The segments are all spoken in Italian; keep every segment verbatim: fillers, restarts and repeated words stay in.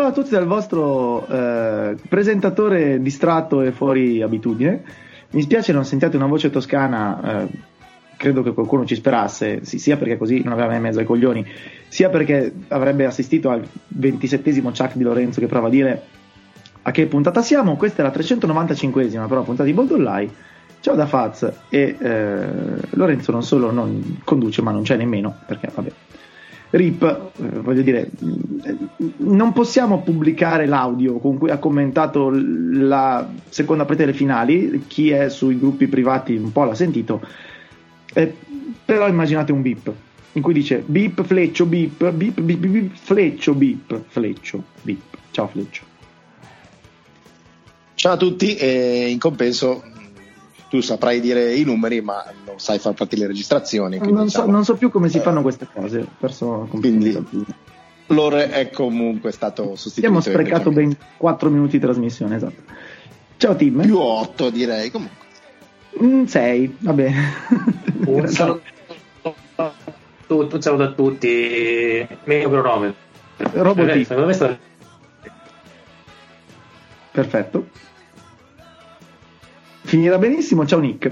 ciao a tutti dal vostro eh, presentatore distratto e fuori abitudine. Mi spiace non sentiate una voce toscana, eh, credo che qualcuno ci sperasse, sì, sia perché così non aveva mai mezzo ai coglioni, sia perché avrebbe assistito al ventisettesimo Chuck di Lorenzo che prova a dire a che puntata siamo. Questa è la trecentonovantacinquesima però puntata di Boldollai. Ciao da Faz e eh, Lorenzo non solo non conduce ma non c'è nemmeno, perché vabbè. Rip, eh, voglio dire, non possiamo pubblicare l'audio con cui ha commentato la seconda partita delle finali. Chi è sui gruppi privati un po' l'ha sentito, eh, però immaginate un beep in cui dice beep Fleccio beep beep beep, beep Fleccio beep Fleccio beep. Ciao Fleccio. Ciao a tutti, e in compenso tu saprai dire i numeri ma non sai far partire le registrazioni, non, diciamo, so, non so più come si eh, fanno queste cose, perso quindi l'ore è comunque stato sostituito. Abbiamo sprecato ben quattro minuti di trasmissione, esatto. Ciao Tim. Più otto direi comunque. Mm, sei, va bene. Un saluto a tutti, un saluto a tutti. Meglio cronometro. Robot. Secondo me sta... Perfetto. Finirà benissimo, ciao Nick.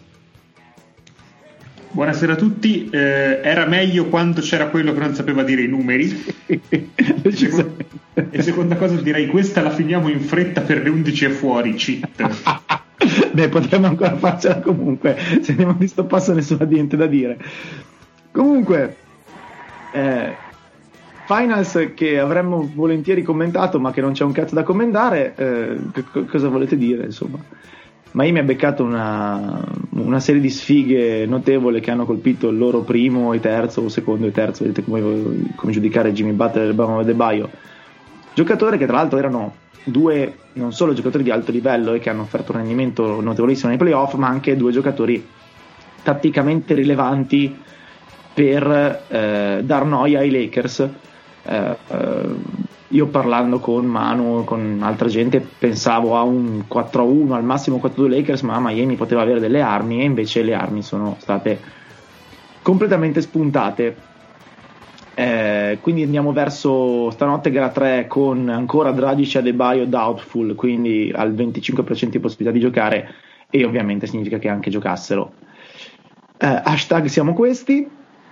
Buonasera a tutti, eh, era meglio quando c'era quello che non sapeva dire i numeri. e, seconda, e seconda cosa direi, questa la finiamo in fretta per le undici e fuori, cheat. Beh, potremmo ancora farcela comunque, se andiamo di sto passo nessuno ha niente da dire. Comunque eh, Finals che avremmo volentieri commentato ma che non c'è un cazzo da commentare, eh, c- cosa volete dire insomma? Miami ha beccato una, una serie di sfighe notevole che hanno colpito il loro primo e terzo o secondo e terzo, vedete come, come giudicare Jimmy Butler e Bam Adebayo, giocatori che tra l'altro erano due non solo giocatori di alto livello e che hanno offerto un rendimento notevolissimo nei playoff, ma anche due giocatori tatticamente rilevanti per eh, dar noia ai Lakers. eh, eh, io parlando con Manu, con altra gente, pensavo a un quattro a uno, al massimo quattro a due Lakers, ma Miami poteva avere delle armi e invece le armi sono state completamente spuntate. Eh, quindi andiamo verso stanotte gara tre con ancora Dragic e Adebayo doubtful, quindi al venticinque per cento di possibilità di giocare, e ovviamente significa che anche giocassero. Eh, hashtag siamo questi.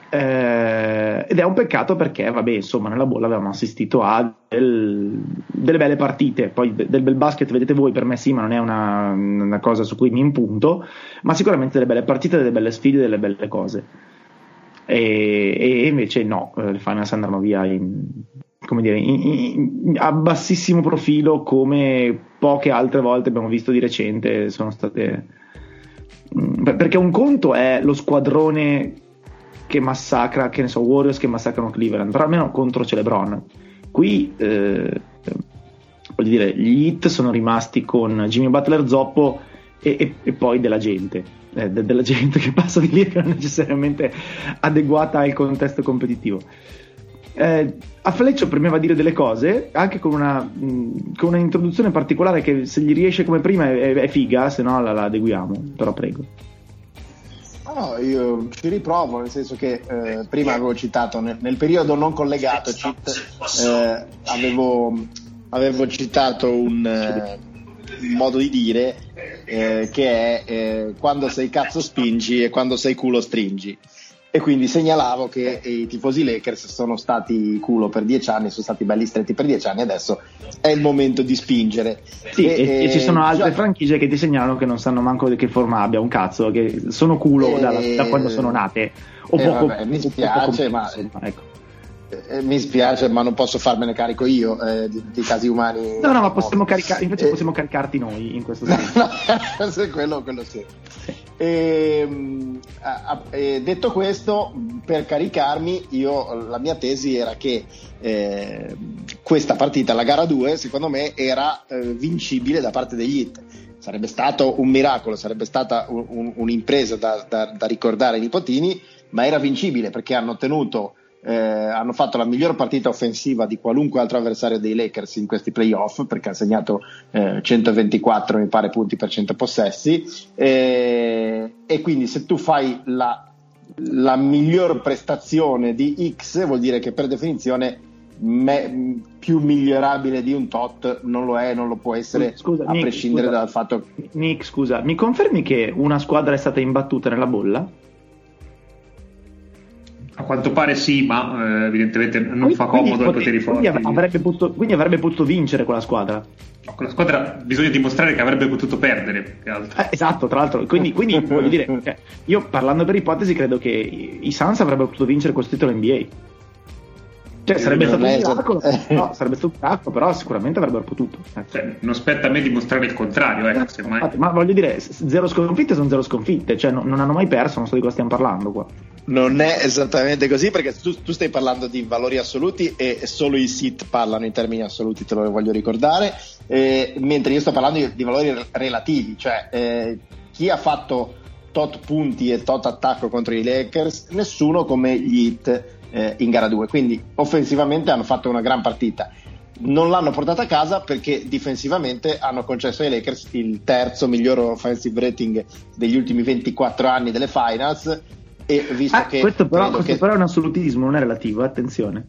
Eh, ed è un peccato perché vabbè insomma nella bolla avevamo assistito a del, delle belle partite, poi de, del bel basket vedete voi, per me sì, ma non è una, una cosa su cui mi impunto, ma sicuramente delle belle partite, delle belle sfide, delle belle cose, e, e invece no, le finals andranno via in, come dire, in, in, a bassissimo profilo, come poche altre volte abbiamo visto di recente sono state, perché un conto è lo squadrone che massacra, che ne so, Warriors che massacrano Cleveland, però almeno contro c'è LeBron. Qui eh, voglio dire, gli Heat sono rimasti con Jimmy Butler zoppo e, e, e poi della gente eh, de, della gente che passa di lì e che non è necessariamente adeguata al contesto competitivo. Eh, a Fleccio premeva dire delle cose anche con una, mh, con una introduzione particolare che se gli riesce come prima è, è figa, se no la, la adeguiamo, però prego. No, io ci riprovo, nel senso che eh, prima avevo citato nel, nel periodo non collegato cheat, eh, avevo, avevo citato un, eh, un modo di dire eh, che è eh, quando sei cazzo spingi e quando sei culo stringi, e quindi segnalavo che i tifosi Lakers sono stati culo per dieci anni, sono stati belli stretti per dieci anni, adesso è il momento di spingere. Sì, e, e, e ci sono altre già... franchigie che ti segnalano che non sanno manco di che forma abbia un cazzo, che sono culo e... da, da quando sono nate o eh, poco, vabbè, mi spiace, ma ecco. eh, mi spiace, ma non posso farmene carico io eh, di, di casi umani. No, no, ma possiamo caricare, invece eh... possiamo caricarti noi in questo senso. No, no, quello, quello sì. E, a, a, detto questo, per caricarmi, io la mia tesi era che eh, questa partita, la gara due, secondo me era eh, vincibile da parte degli Heat. Sarebbe stato un miracolo, sarebbe stata un, un, un'impresa da, da, da ricordare ai nipotini, ma era vincibile perché hanno tenuto Eh, hanno fatto la miglior partita offensiva di qualunque altro avversario dei Lakers in questi playoff, perché ha segnato eh, centoventiquattro mi pare punti per cento possessi, eh, e quindi se tu fai la, la miglior prestazione di X vuol dire che per definizione me, più migliorabile di un tot non lo è, non lo può essere, scusa, a Nick, prescindere scusa, dal fatto. Nick, scusa, mi confermi che una squadra è stata imbattuta nella bolla? A quanto pare sì, ma eh, evidentemente non quindi, fa comodo ai poteri forti. Quindi avrebbe, potuto, quindi avrebbe potuto vincere quella squadra. No, quella squadra bisogna dimostrare che avrebbe potuto perdere. Che altro. Eh, esatto, tra l'altro. Quindi, quindi voglio dire, cioè, io parlando per ipotesi credo che i Suns avrebbero potuto vincere questo titolo N B A. Cioè, sarebbe stato un miracolo, no, sarebbe stato un miracolo, però sicuramente avrebbero potuto. Cioè, non spetta a me dimostrare il contrario, ecco, semmai. Infatti, ma voglio dire, zero sconfitte sono zero sconfitte, cioè non, non hanno mai perso, non so di cosa stiamo parlando qua. Non è esattamente così, perché tu, tu stai parlando di valori assoluti e solo i S I T parlano in termini assoluti, te lo voglio ricordare, eh, mentre io sto parlando di, di valori relativi, cioè eh, chi ha fatto tot punti e tot attacco contro i Lakers, nessuno come gli Heat eh, in gara due, quindi offensivamente hanno fatto una gran partita. Non l'hanno portata a casa perché difensivamente hanno concesso ai Lakers il terzo miglior offensive rating degli ultimi ventiquattro anni delle finals. E visto ah, che questo, però, questo che... però è un assolutismo, non è relativo, attenzione.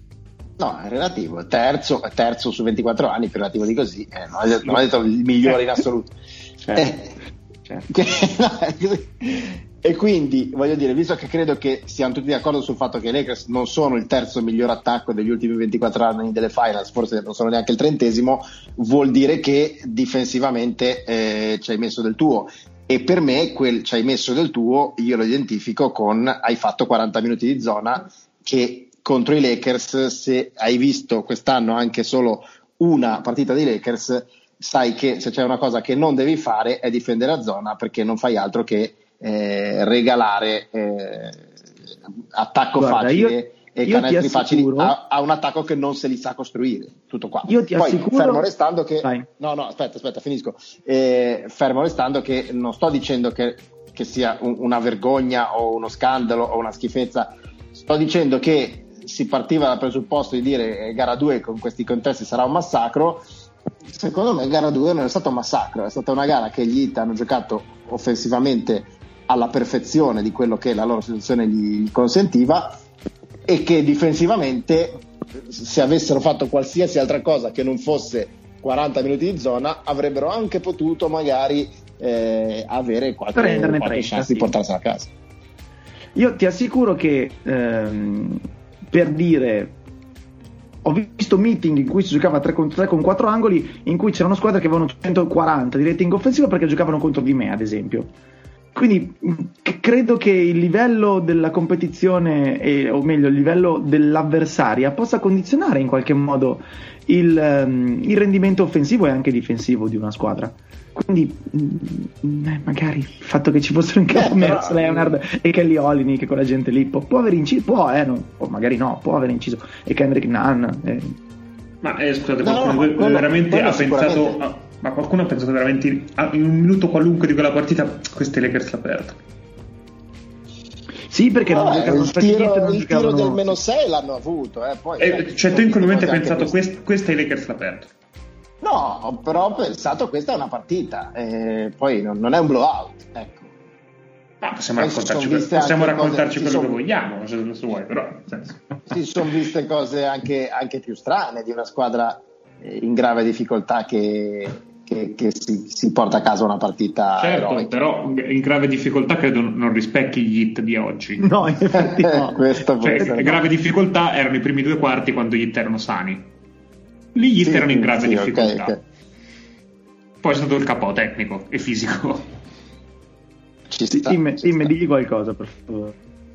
No, è relativo, terzo, terzo su ventiquattro anni, più relativo di così, eh, non, ho detto, non ho detto il migliore in assoluto. Certo, eh, certo. Che, no, e quindi, voglio dire, visto che credo che siamo tutti d'accordo sul fatto che i Lakers non sono il terzo miglior attacco degli ultimi ventiquattro anni delle finals, forse non sono neanche il trentesimo, vuol dire che difensivamente eh, ci hai messo del tuo. E per me quel ci hai messo del tuo io lo identifico con hai fatto quaranta minuti di zona, che contro i Lakers, se hai visto quest'anno anche solo una partita dei Lakers, sai che se c'è una cosa che non devi fare è difendere a zona, perché non fai altro che eh, regalare eh, attacco Guarda, facile io... e Io canestri facili a, a un attacco che non se li sa costruire, tutto qua. Io ti Poi assicuro... fermo restando che Vai. no no aspetta aspetta finisco eh, fermo restando che non sto dicendo che, che sia un, una vergogna o uno scandalo o una schifezza, sto dicendo che si partiva dal presupposto di dire eh, gara due con questi contesti sarà un massacro. Secondo me gara due non è stato un massacro, è stata una gara che gli Heat hanno giocato offensivamente alla perfezione di quello che la loro situazione gli consentiva, e che difensivamente, se avessero fatto qualsiasi altra cosa che non fosse quaranta minuti di zona, avrebbero anche potuto magari eh, avere qualche, qualche trenta, chance sì. di portarsela a casa. Io ti assicuro che ehm, per dire, ho visto meeting in cui si giocava tre contro tre con quattro angoli, in cui c'erano squadre che avevano centoquaranta di rating offensivo perché giocavano contro di me, ad esempio. Quindi c- credo che il livello della competizione, e, o meglio il livello dell'avversaria, possa condizionare in qualche modo il, um, il rendimento offensivo e anche difensivo di una squadra. Quindi mh, eh, magari il fatto che ci fossero in campo eh, Merz, Leonard e Kelly Olynyk, che quella gente lì può, può aver inciso, può, eh, no, o magari no, può aver inciso, e Kendrick Nunn. Eh. Ma eh, scusate, no, qualcuno no, quello, veramente quello ha pensato... A... Ma qualcuno ha pensato veramente in un minuto qualunque di quella partita questi Lakers la perdono? Sì, perché no, non eh, giocavano il tiro, non il tiro del meno sei l'hanno avuto, eh, poi, eh, eh, cioè tu in quel momento hai pensato quest, questa i Lakers la perdono? No, però ho pensato questa è una partita, eh, poi non, non è un blowout, ecco. Ma possiamo poi raccontarci, que- possiamo raccontarci cose, quello son... che vogliamo, se non vuoi, però nel senso. Si sono viste cose anche, anche più strane di una squadra in grave difficoltà che, che, che si, si porta a casa una partita certo, eroica. Però in grave difficoltà credo non rispecchi gli Heat di oggi. No, in effetti no. Questo cioè, no. grave difficoltà erano i primi due quarti quando gli Heat erano sani. Lì gli Heat sì, erano in grave sì, difficoltà. Okay, okay. Poi è stato il capo tecnico e fisico. Ci sta, Tim, ci Tim sta. digli qualcosa per favore.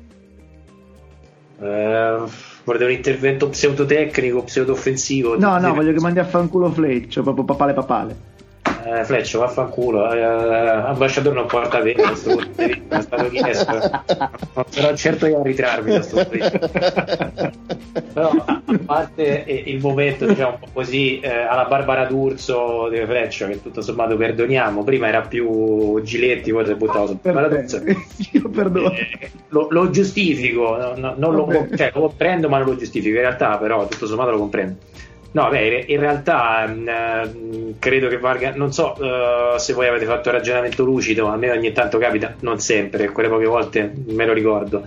Uh, vorrei un intervento pseudotecnico, pseudo-offensivo. No, no, voglio che mandi a fanculo Fleccio, proprio papale papale. Eh, Fleccio, vaffanculo. Eh, ambasciatore non porta bene questo punto di vista, è stato chiesto. Non sarò certo io a ritrarmi da sto punto di vista. Però, a parte eh, il momento, diciamo un po' così, eh, alla Barbara D'Urso di Fleccio, che tutto sommato perdoniamo, prima era più Giletti, poi si è buttato su Barbara D'Urso. Io perdono. Eh, lo, lo giustifico, no, no, non lo, cioè, lo comprendo, ma non lo giustifico. In realtà, però, tutto sommato lo comprendo. No, beh, in realtà mh, credo che valga, non so uh, se voi avete fatto ragionamento lucido, a me ogni tanto capita, non sempre, quelle poche volte me lo ricordo,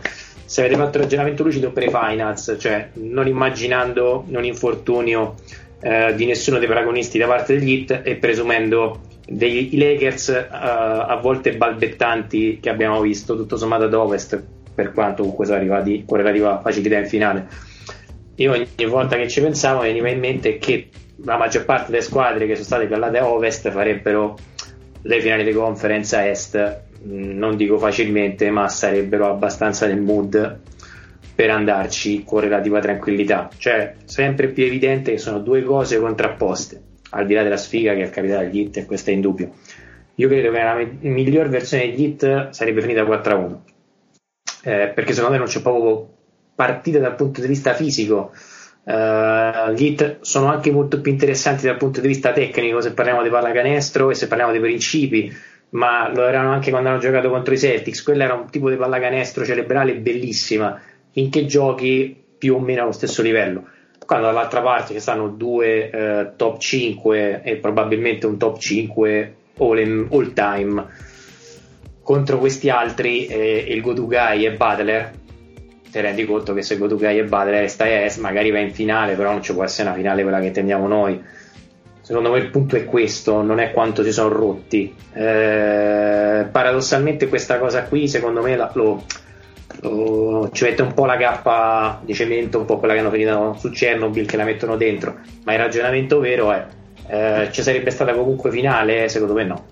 se avete fatto il ragionamento lucido per i finals, cioè non immaginando un infortunio eh, di nessuno dei protagonisti da parte degli Heat e presumendo dei Lakers eh, a volte balbettanti che abbiamo visto tutto sommato ad Ovest, per quanto comunque sono arrivati con relativa facilità in finale. Io ogni volta che ci pensavo mi veniva in mente che la maggior parte delle squadre che sono state piallate a Ovest farebbero le finali di conference a Est, non dico facilmente, ma sarebbero abbastanza nel mood per andarci con relativa tranquillità. Cioè sempre più evidente che sono due cose contrapposte, al di là della sfiga che è capitata agli Heat, e questo è indubbio. Io credo che la me- miglior versione degli Heat sarebbe finita quattro a uno, eh, perché secondo me non c'è proprio partita dal punto di vista fisico. Uh, gli Heat sono anche molto più interessanti dal punto di vista tecnico se parliamo di pallacanestro e se parliamo dei principi, ma lo erano anche quando hanno giocato contro i Celtics. Quella era un tipo di pallacanestro cerebrale bellissima, finché giochi più o meno allo stesso livello. Quando dall'altra parte ci stanno due uh, top cinque e probabilmente un top cinque all, in, all time contro questi altri, eh, il go to guy è Butler, ti rendi conto che se Gotukai e Butler stai a est magari va in finale, però non ci può essere una finale quella che intendiamo noi. Secondo me il punto è questo, non è quanto si sono rotti. Eh, paradossalmente questa cosa qui secondo me la, lo, lo, ci mette un po' la cappa di cemento, un po' quella che hanno finito su Chernobyl, che la mettono dentro, ma il ragionamento vero è eh, ci sarebbe stata comunque finale? Secondo me no.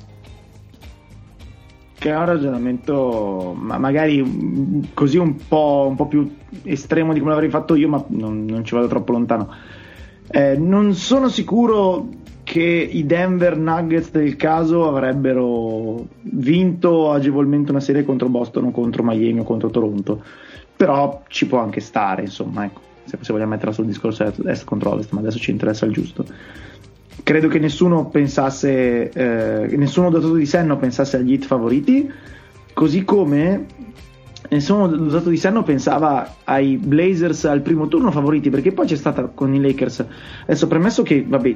Che è un ragionamento ma magari così un po', un po' più estremo di come l'avrei fatto io, ma non, non ci vado troppo lontano. Eh, non sono sicuro che i Denver Nuggets del caso avrebbero vinto agevolmente una serie contro Boston o contro Miami o contro Toronto, però ci può anche stare, insomma, ecco, se, se vogliamo metterla sul discorso est contro ovest, ma adesso ci interessa il giusto. Credo che nessuno pensasse, eh, nessuno dotato di senno pensasse agli Heat favoriti, così come nessuno dotato di senno pensava ai Blazers al primo turno favoriti, perché poi c'è stata con i Lakers. Adesso premesso che, vabbè,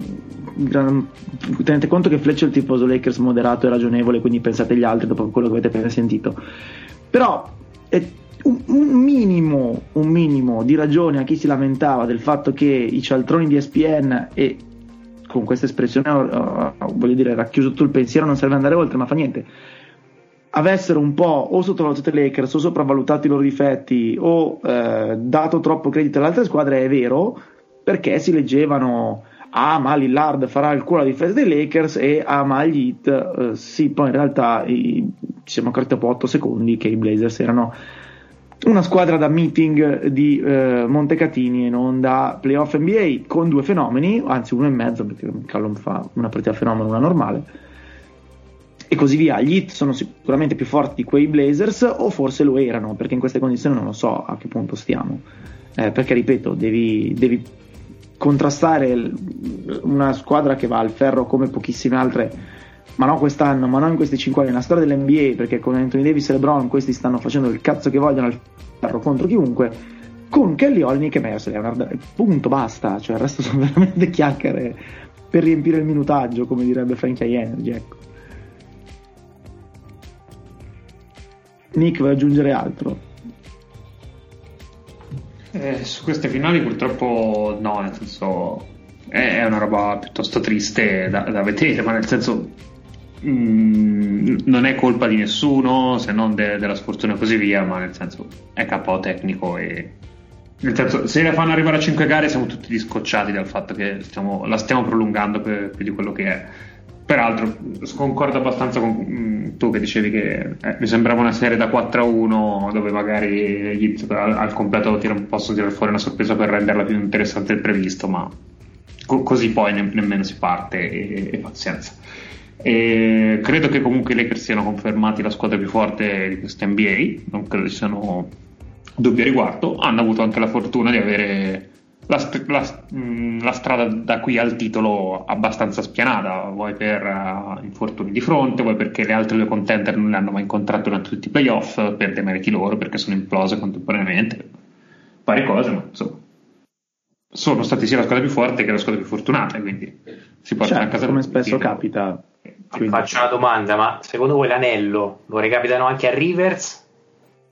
tenete conto che Fletcher è il tifoso Lakers moderato e ragionevole, quindi pensate agli altri dopo quello che avete appena sentito, però è un, un minimo, un minimo di ragione a chi si lamentava del fatto che i cialtroni di E S P N, e con questa espressione uh, voglio dire racchiuso tutto il pensiero, non serve andare oltre, ma fa niente, avessero un po' o sottovalutato i Lakers o sopravvalutato i loro difetti o eh, dato troppo credito alle altre squadre, è vero, perché si leggevano ah ma Lillard farà il culo alla difesa dei Lakers e ah ma gli Heat eh, sì, poi in realtà i, ci siamo accorti dopo otto secondi che i Blazers erano una squadra da meeting di eh, Montecatini e non da playoff N B A, con due fenomeni, anzi uno e mezzo, perché Callum fa una partita fenomeno, una normale, e così via. Gli Heat sono sicuramente più forti di quei Blazers, o forse lo erano, perché in queste condizioni non lo so a che punto stiamo, eh, perché ripeto, devi, devi contrastare l- una squadra che va al ferro come pochissime altre, ma no quest'anno, ma no in questi cinque anni, nella storia dell'N B A, perché con Anthony Davis e LeBron questi stanno facendo il cazzo che vogliono al ferro contro chiunque, con Kelly Olynyk e Meyers Leonard, punto, basta, cioè il resto sono veramente chiacchiere per riempire il minutaggio, come direbbe Frankie Energy, ecco. Nick, vuoi aggiungere altro? Eh, su queste finali purtroppo no, nel senso è una roba piuttosto triste da, da vedere, ma nel senso Mm, non è colpa di nessuno se non de- della sfortuna e così via, ma nel senso è K O tecnico, e nel senso se la fanno arrivare a cinque gare siamo tutti discocciati dal fatto che stiamo, la stiamo prolungando per, più di quello che è. Peraltro concordo abbastanza con mm, tu che dicevi che eh, mi sembrava una serie da quattro a uno dove magari gli, al, al completo tira, possono tirare fuori una sorpresa per renderla più interessante del previsto, ma co- così poi ne- nemmeno si parte, e, e pazienza. E credo che comunque i Lakers siano confermati la squadra più forte di questa N B A, non credo ci siano dubbi a riguardo. Hanno avuto anche la fortuna di avere la, la, la strada da qui al titolo abbastanza spianata, vuoi per uh, infortuni di fronte, vuoi perché le altre due contender non le hanno mai incontrato durante tutti i playoff per demeriti loro, perché sono implose contemporaneamente, varie cose, ma insomma sono stati sia la squadra più forte che la squadra più fortunata, quindi si portano certo, a casa come spesso capita. Quindi faccio una domanda, ma secondo voi l'anello lo recapitano anche a Rivers?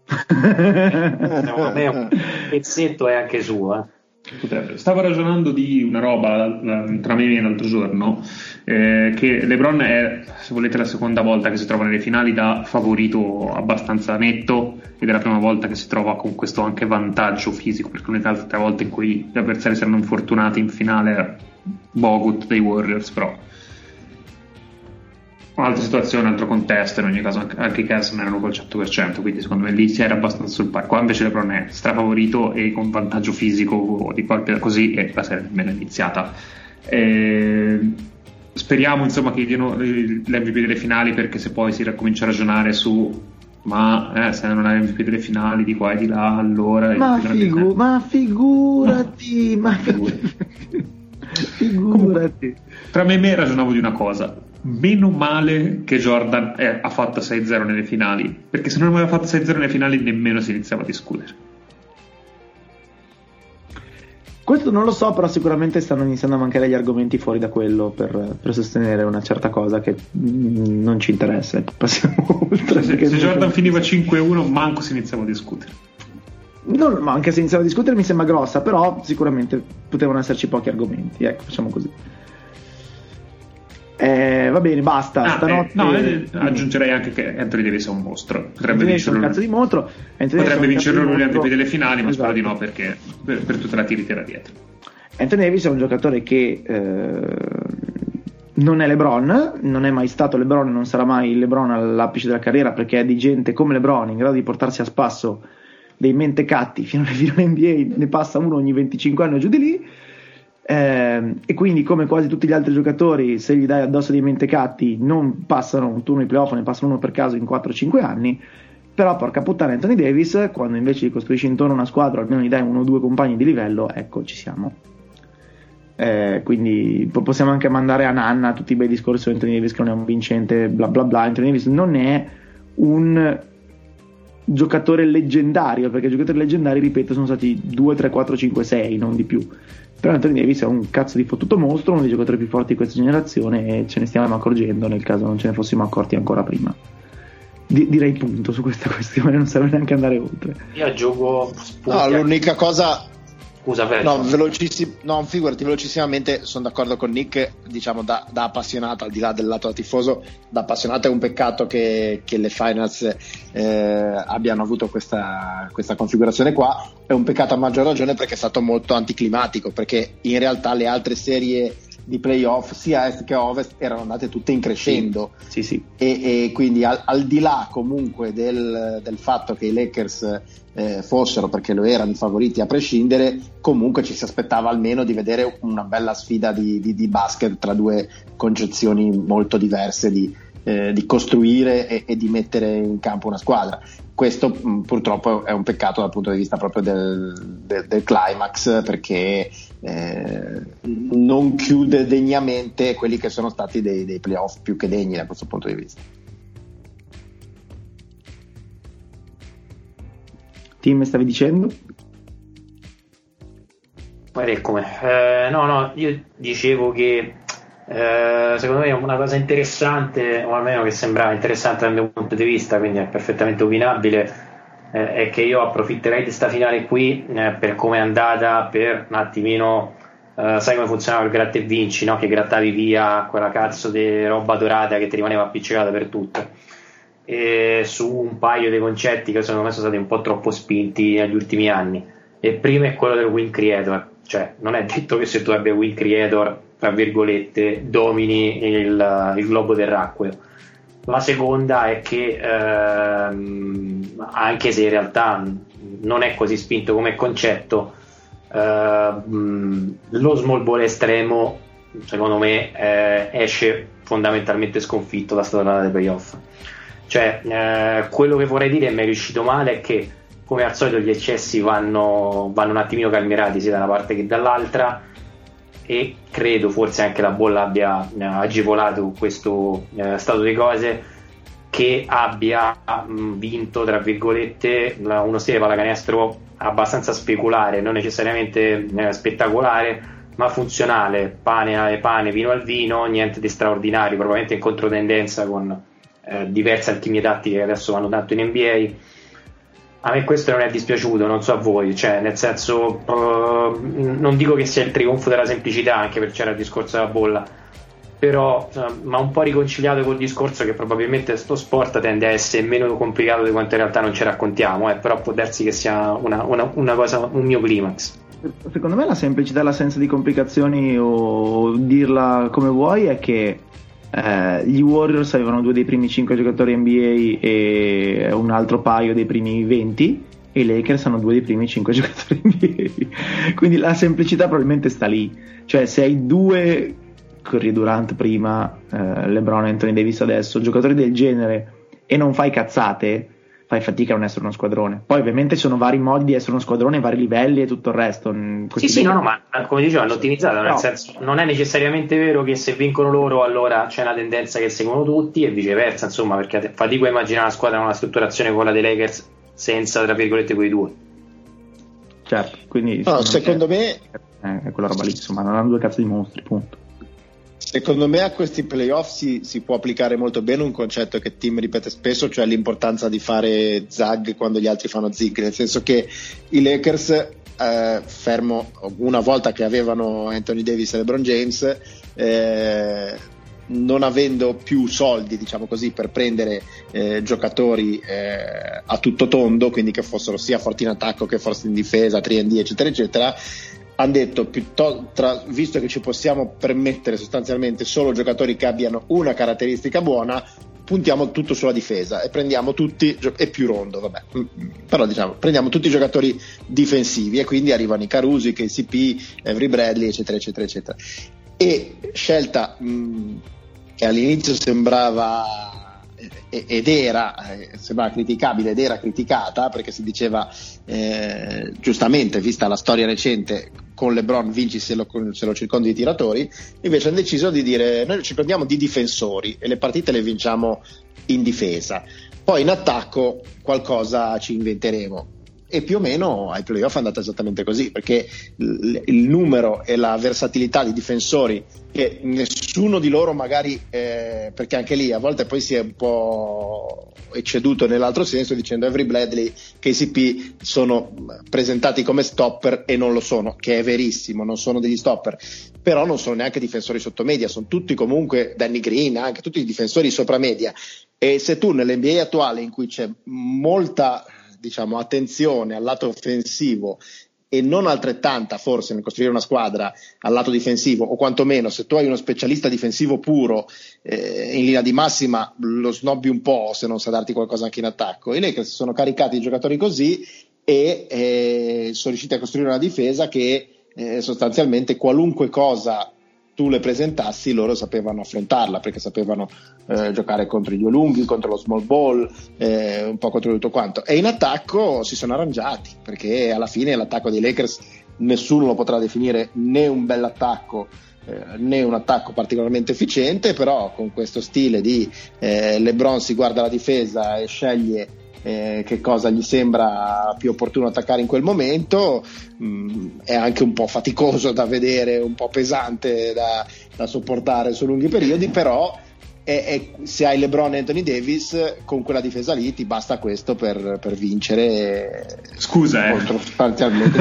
Secondo me un pezzetto è anche suo, eh. Stavo ragionando di una roba tra me e me l'altro giorno, eh, che LeBron è, se volete, la seconda volta che si trova nelle finali da favorito abbastanza netto, ed è la prima volta che si trova con questo anche vantaggio fisico, perché l'unica altra volta in cui gli avversari si erano infortunati in finale era Bogut dei Warriors, però un'altra situazione, un altro contesto, in ogni caso anche, anche i Cavs non erano col cento per cento, quindi secondo me lì si era abbastanza sul pari. Qua invece LeBron è strafavorito e con vantaggio fisico di qualche così, e la serie nemmeno è iniziata. E speriamo insomma che diano l'M V P delle finali, perché se poi si comincia a ragionare su ma eh, se non hai M V P delle finali di qua e di là, allora ma, figu- ma figurati ma figurati figurati tra me e me ragionavo di una cosa: meno male che Jordan eh, ha fatto sei zero nelle finali, perché se non aveva fatto sei zero nelle finali nemmeno si iniziava a discutere. Questo non lo so, però sicuramente stanno iniziando a mancare gli argomenti fuori da quello per, per sostenere una certa cosa che mh, non ci interessa. Passiamo oltre. Se, se Jordan finiva cinque uno manco si iniziava a discutere. Non, ma anche se iniziava a discutere mi sembra grossa, però sicuramente potevano esserci pochi argomenti, ecco, facciamo così. Eh, va bene, basta. Ah, stanotte... eh, no, eh, aggiungerei anche che Anthony Davis è un mostro. Potrebbe vincere un cazzo di mostro. Potrebbe vincere lui l'M V P delle finali, ma esatto. spero di no, perché per, per tutta la tiri tira dietro. Anthony Davis è un giocatore che eh, non è LeBron, non è mai stato LeBron, non sarà mai LeBron all'apice della carriera, perché è di gente come LeBron in grado di portarsi a spasso dei mentecatti fino alle finali N B A, ne passa uno ogni venticinque anni o giù di lì. Eh, e quindi, come quasi tutti gli altri giocatori, se gli dai addosso dei mentecatti non passano un turno di playoff, ne passano uno per caso in quattro cinque anni. Però porca puttana, Anthony Davis, quando invece gli costruisci intorno una squadra, almeno gli dai uno o due compagni di livello, ecco, ci siamo. Eh, quindi possiamo anche mandare a nanna tutti i bei discorsi su Anthony Davis che non è un vincente, bla bla bla. Anthony Davis non è un giocatore leggendario, perché i giocatori leggendari, ripeto, sono stati due, tre, quattro, cinque, sei, non di più. Però Anthony Davis è un cazzo di fottuto mostro, uno dei giocatori più forti di questa generazione, e ce ne stiamo accorgendo nel caso non ce ne fossimo accorti ancora prima. Di- direi punto su questa questione, non serve neanche andare oltre. Io aggiungo no, l'unica cosa scusa per no, velocissim- no, figurati, velocissimamente sono d'accordo con Nick, diciamo da, da appassionato, al di là del lato da tifoso, da appassionato è un peccato che, che le finals eh, abbiano avuto questa, questa configurazione qua, è un peccato a maggior ragione perché è stato molto anticlimatico, perché in realtà le altre serie di playoff sia est che ovest erano andate tutte in crescendo, sì, sì, sì. E, e quindi al, al di là comunque del, del fatto che i Lakers eh, fossero, perché lo erano, i favoriti a prescindere, comunque ci si aspettava almeno di vedere una bella sfida di, di, di basket tra due concezioni molto diverse di, eh, di costruire e, e di mettere in campo una squadra. Questo mh, purtroppo è un peccato dal punto di vista proprio del, del, del climax, perché eh, non chiude degnamente quelli che sono stati dei, dei playoff più che degni da questo punto di vista. Tim, stavi dicendo? Poi come eh, no no io dicevo che eh, secondo me una cosa interessante, o almeno che sembrava interessante dal mio punto di vista, quindi è perfettamente opinabile, eh, è che io approfitterei di questa finale qui eh, per come è andata, per un attimino eh, sai come funzionava il gratta e vinci, no? Che grattavi via quella cazzo di roba dorata che ti rimaneva appiccicata per tutto, e su un paio di concetti che secondo me sono stati un po' troppo spinti negli ultimi anni. E primo è quello del win creator, cioè non è detto che se tu abbia win creator tra virgolette domini il, il globo terracqueo. La seconda è che ehm, anche se in realtà non è così spinto come concetto, ehm, lo small ball estremo secondo me eh, esce fondamentalmente sconfitto da sta tornata dei playoff. Cioè eh, quello che vorrei dire, e mi è riuscito male, è che come al solito gli eccessi vanno, vanno un attimino calmierati sia da una parte che dall'altra, e credo forse anche la bolla abbia eh, agevolato questo eh, stato di cose, che abbia mh, vinto tra virgolette la, uno stile pallacanestro abbastanza speculare, non necessariamente eh, spettacolare, ma funzionale, pane al pane, vino al vino, niente di straordinario, probabilmente in controtendenza con eh, diverse alchimie tattiche che adesso vanno tanto in N B A. a me questo non è dispiaciuto, non so a voi, cioè nel senso uh, non dico che sia il trionfo della semplicità, anche perché c'era il discorso della bolla, però uh, ma un po' riconciliato col discorso che probabilmente sto sport tende a essere meno complicato di quanto in realtà non ci raccontiamo, eh, però può darsi che sia una, una, una cosa, un mio climax. Secondo me la semplicità e l'assenza di complicazioni, o dirla come vuoi, è che eh, gli Warriors avevano due dei primi cinque giocatori N B A e un altro paio dei primi venti, e i Lakers hanno due dei primi cinque giocatori N B A. Quindi la semplicità probabilmente sta lì, cioè se hai due Curry Durant prima, eh, LeBron e Anthony Davis adesso, giocatori del genere, e non fai cazzate, fai fatica a non essere uno squadrone. Poi ovviamente ci sono vari modi di essere uno squadrone, vari livelli e tutto il resto. Sì, sì, no, no, ma come dicevo, hanno ottimizzato, nel no. senso, non è necessariamente vero che se vincono loro allora c'è una tendenza che seguono tutti, e viceversa, insomma, perché fatico a immaginare una squadra con una strutturazione come quella dei Lakers senza, tra virgolette, quei due. Certo, quindi no, secondo me è, è quella roba lì, insomma, non hanno due cazzo di mostri, punto. Secondo me a questi playoff si, si può applicare molto bene un concetto che Tim ripete spesso, cioè l'importanza di fare zag quando gli altri fanno zig, nel senso che i Lakers, eh, fermo una volta che avevano Anthony Davis e LeBron James, eh, non avendo più soldi, diciamo così, per prendere eh, giocatori eh, a tutto tondo, quindi che fossero sia forti in attacco che forti in difesa, tre and D eccetera eccetera, hanno detto, piuttosto, tra, visto che ci possiamo permettere sostanzialmente solo giocatori che abbiano una caratteristica buona, puntiamo tutto sulla difesa e prendiamo tutti, e più rondo, vabbè, però diciamo prendiamo tutti i giocatori difensivi, e quindi arrivano i Carusi, K C P, Avery Bradley eccetera eccetera eccetera. E scelta mh, che all'inizio sembrava ed era sembrava criticabile ed era criticata, perché si diceva eh, giustamente, vista la storia recente, con LeBron vinci se lo, se lo circondi di tiratori. Invece hanno deciso di dire noi ci prendiamo di difensori e le partite le vinciamo in difesa, poi in attacco qualcosa ci inventeremo. E più o meno ai playoff è andata esattamente così, perché il, il numero e la versatilità di difensori, che nessuno di loro magari, eh, perché anche lì a volte poi si è un po' ecceduto nell'altro senso dicendo Avery Bradley, K C P sono presentati come stopper e non lo sono, che è verissimo, non sono degli stopper, però non sono neanche difensori sotto media, sono tutti comunque, Danny Green, anche tutti i difensori sopra media. E se tu nell'N B A attuale, in cui c'è molta, diciamo, attenzione al lato offensivo e non altrettanta forse nel costruire una squadra al lato difensivo, o quantomeno se tu hai uno specialista difensivo puro, eh, in linea di massima lo snobbi un po' se non sa darti qualcosa anche in attacco. I Lakers sono caricati di giocatori così e eh, sono riusciti a costruire una difesa che eh, sostanzialmente qualunque cosa tu le presentassi loro sapevano affrontarla, perché sapevano eh, giocare contro i due lunghi, contro lo small ball, eh, un po' contro tutto quanto. E in attacco si sono arrangiati, perché alla fine l'attacco dei Lakers nessuno lo potrà definire né un bell'attacco eh, né un attacco particolarmente efficiente, però con questo stile di eh, LeBron si guarda la difesa e sceglie Eh, che cosa gli sembra più opportuno attaccare in quel momento. mh, è anche un po' faticoso da vedere, un po' pesante da, da sopportare su lunghi periodi, però è, è, se hai LeBron e Anthony Davis con quella difesa lì ti basta questo per, per vincere. Scusa, eh. sostanzialmente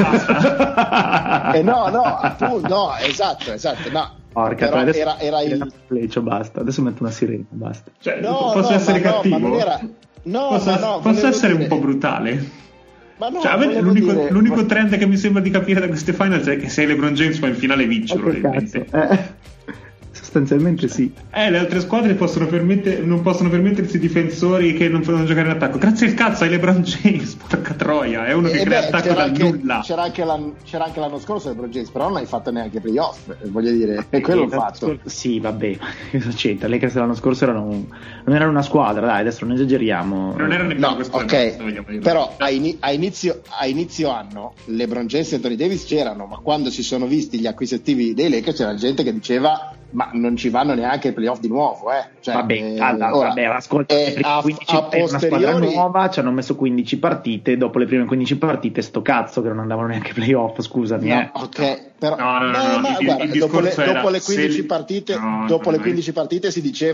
eh, no no appunto, no esatto esatto no Porca, però adesso era, era il fleccio, basta, adesso metto una sirena, basta. Cioè, no, posso no, essere ma cattivo? no, ma non era... No, posso, ma no, posso essere dire... un po' brutale? Ma no, cioè, a me l'unico, dire... l'unico ma... trend che mi sembra di capire da queste finals è che se LeBron James fa in finale vince, probabilmente. Eh, sostanzialmente sì. Eh, le altre squadre possono permettere, non possono permettersi difensori che non possono giocare in attacco. Grazie al cazzo ai LeBron James, porca troia, è uno che eh crea beh, attacco c'era dal anche, nulla. C'era anche, l'anno, c'era anche l'anno scorso LeBron James, però non hai fatto neanche playoff, voglio dire, è quello il fatto. Sì, vabbè, cosa c'entra? Le Lakers l'anno scorso erano un... non erano una squadra, dai, adesso non esageriamo. Non erano nemmeno no, questo, ok, però a, in, a, inizio, a inizio anno LeBron James e Anthony Davis c'erano, ma quando si sono visti gli acquisitivi dei Lakers c'era gente che diceva ma non ci vanno neanche ai playoff di nuovo, eh. Cioè, vabbè, eh, allora, ora, vabbè, ascolta, eh, a, quindici, a è una squadra posteriori... nuova, ci hanno messo quindici partite, dopo le prime quindici partite sto cazzo che non andavano neanche ai playoff, scusami, no, eh. ok, però no, no, no, no, no, ma il, guarda, il dopo, le, era, dopo le quindici li... partite, no, dopo no, le quindici partite si diceva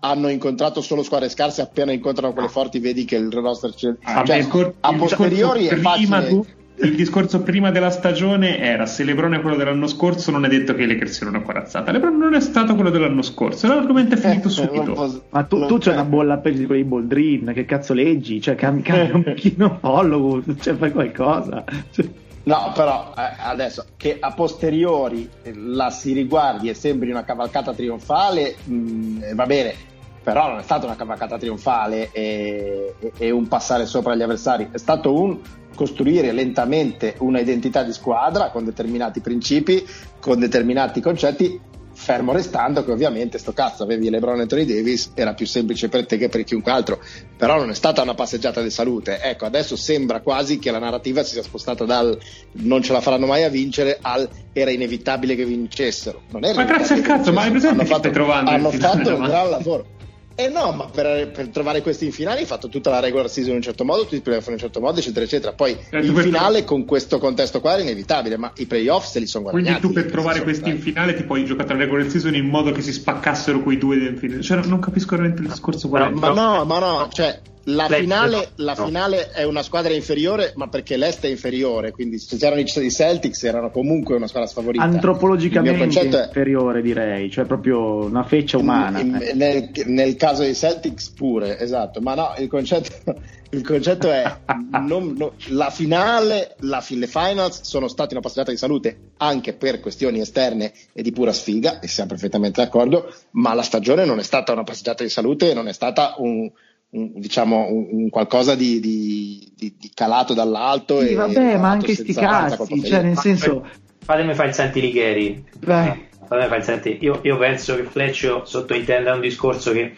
hanno incontrato solo squadre scarse, appena incontrano quelle forti vedi che il roster c'è. Ah, cioè, cor- a posteriori è facile. Tu, il discorso prima della stagione era: se LeBron è quello dell'anno scorso, non è detto che i Lakers siano una corazzata. LeBron non è stato quello dell'anno scorso, l'argomento è finito eh, subito. Posso... Ma tu, tu c'hai una bolla peggio di quelli di Boldrin, che cazzo leggi? Cioè cambi, cambi un pochino follow, cioè fai qualcosa. Cioè... No, però eh, adesso che a posteriori la si riguardi e sembri una cavalcata trionfale, mh, va bene, però non è stata una cavalcata trionfale e, e, e un passare sopra gli avversari, è stato un costruire lentamente una identità di squadra con determinati principi, con determinati concetti, fermo restando che ovviamente sto cazzo avevi LeBron e Anthony Davis, era più semplice per te che per chiunque altro, però non è stata una passeggiata di salute. Ecco, adesso sembra quasi che la narrativa si sia spostata dal non ce la faranno mai a vincere al era inevitabile che vincessero. Non era ma grazie al cazzo, ma hai presente che stai trovando hanno fatto un gran lavoro. Eh no, ma per, per trovare questi in finale hai fatto tutta la regular season in un certo modo, tutti i playoff in un certo modo, eccetera, eccetera. Poi eh, in per finale tro- con questo contesto qua era inevitabile, ma i playoff se li sono guadagnati. Quindi tu per trovare questi in finale ti poi giocato la regular season in modo che si spaccassero quei due in finale. Cioè, non capisco veramente il discorso. Ma, ma no. no, ma no, cioè la Lei, finale, no. la finale è una squadra inferiore, ma perché l'Est è inferiore, quindi se c'erano i Celtics erano comunque una squadra sfavorita. Antropologicamente è... inferiore, direi, cioè proprio una feccia umana. In, in, eh. nel, nel caso dei Celtics pure, esatto, ma no, il concetto, il concetto è non, no, la finale, la, le finals sono state una passeggiata di salute anche per questioni esterne e di pura sfiga, e siamo perfettamente d'accordo, ma la stagione non è stata una passeggiata di salute, non è stata un Un, diciamo un, un qualcosa di, di, di, di calato dall'alto. Sì, e vabbè, ma anche sti cazzi, cioè nel senso, fatemi fare il Santi Ligheri. Vai. Fatemi fare il Santi. Io, io penso che Fleccio sottointenda un discorso che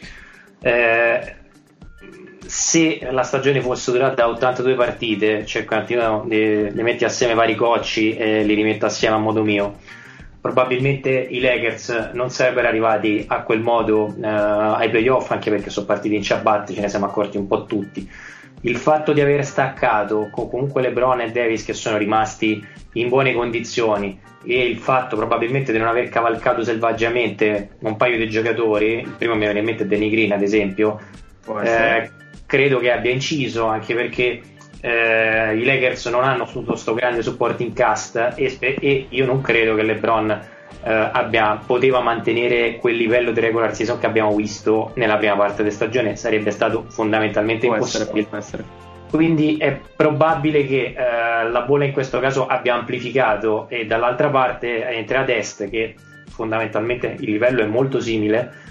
eh, se la stagione fosse durata ottantadue partite, cioè continuano, le, le metti assieme vari cocci e li rimetto assieme a modo mio, probabilmente i Lakers non sarebbero arrivati a quel modo eh, ai playoff, anche perché sono partiti in ciabatte, ce ne siamo accorti un po' tutti. Il fatto di aver staccato con comunque LeBron e Davis che sono rimasti in buone condizioni e il fatto probabilmente di non aver cavalcato selvaggiamente un paio di giocatori, il primo mi viene in mente Danny Green ad esempio, eh, credo che abbia inciso, anche perché Eh, i Lakers non hanno avuto questo grande supporting cast e, e io non credo che LeBron eh, abbia, poteva mantenere quel livello di regular season che abbiamo visto nella prima parte della stagione, sarebbe stato fondamentalmente può impossibile. essere, può essere. Quindi è probabile che eh, la bolla in questo caso abbia amplificato, e dall'altra parte entra ad est, che fondamentalmente il livello è molto simile.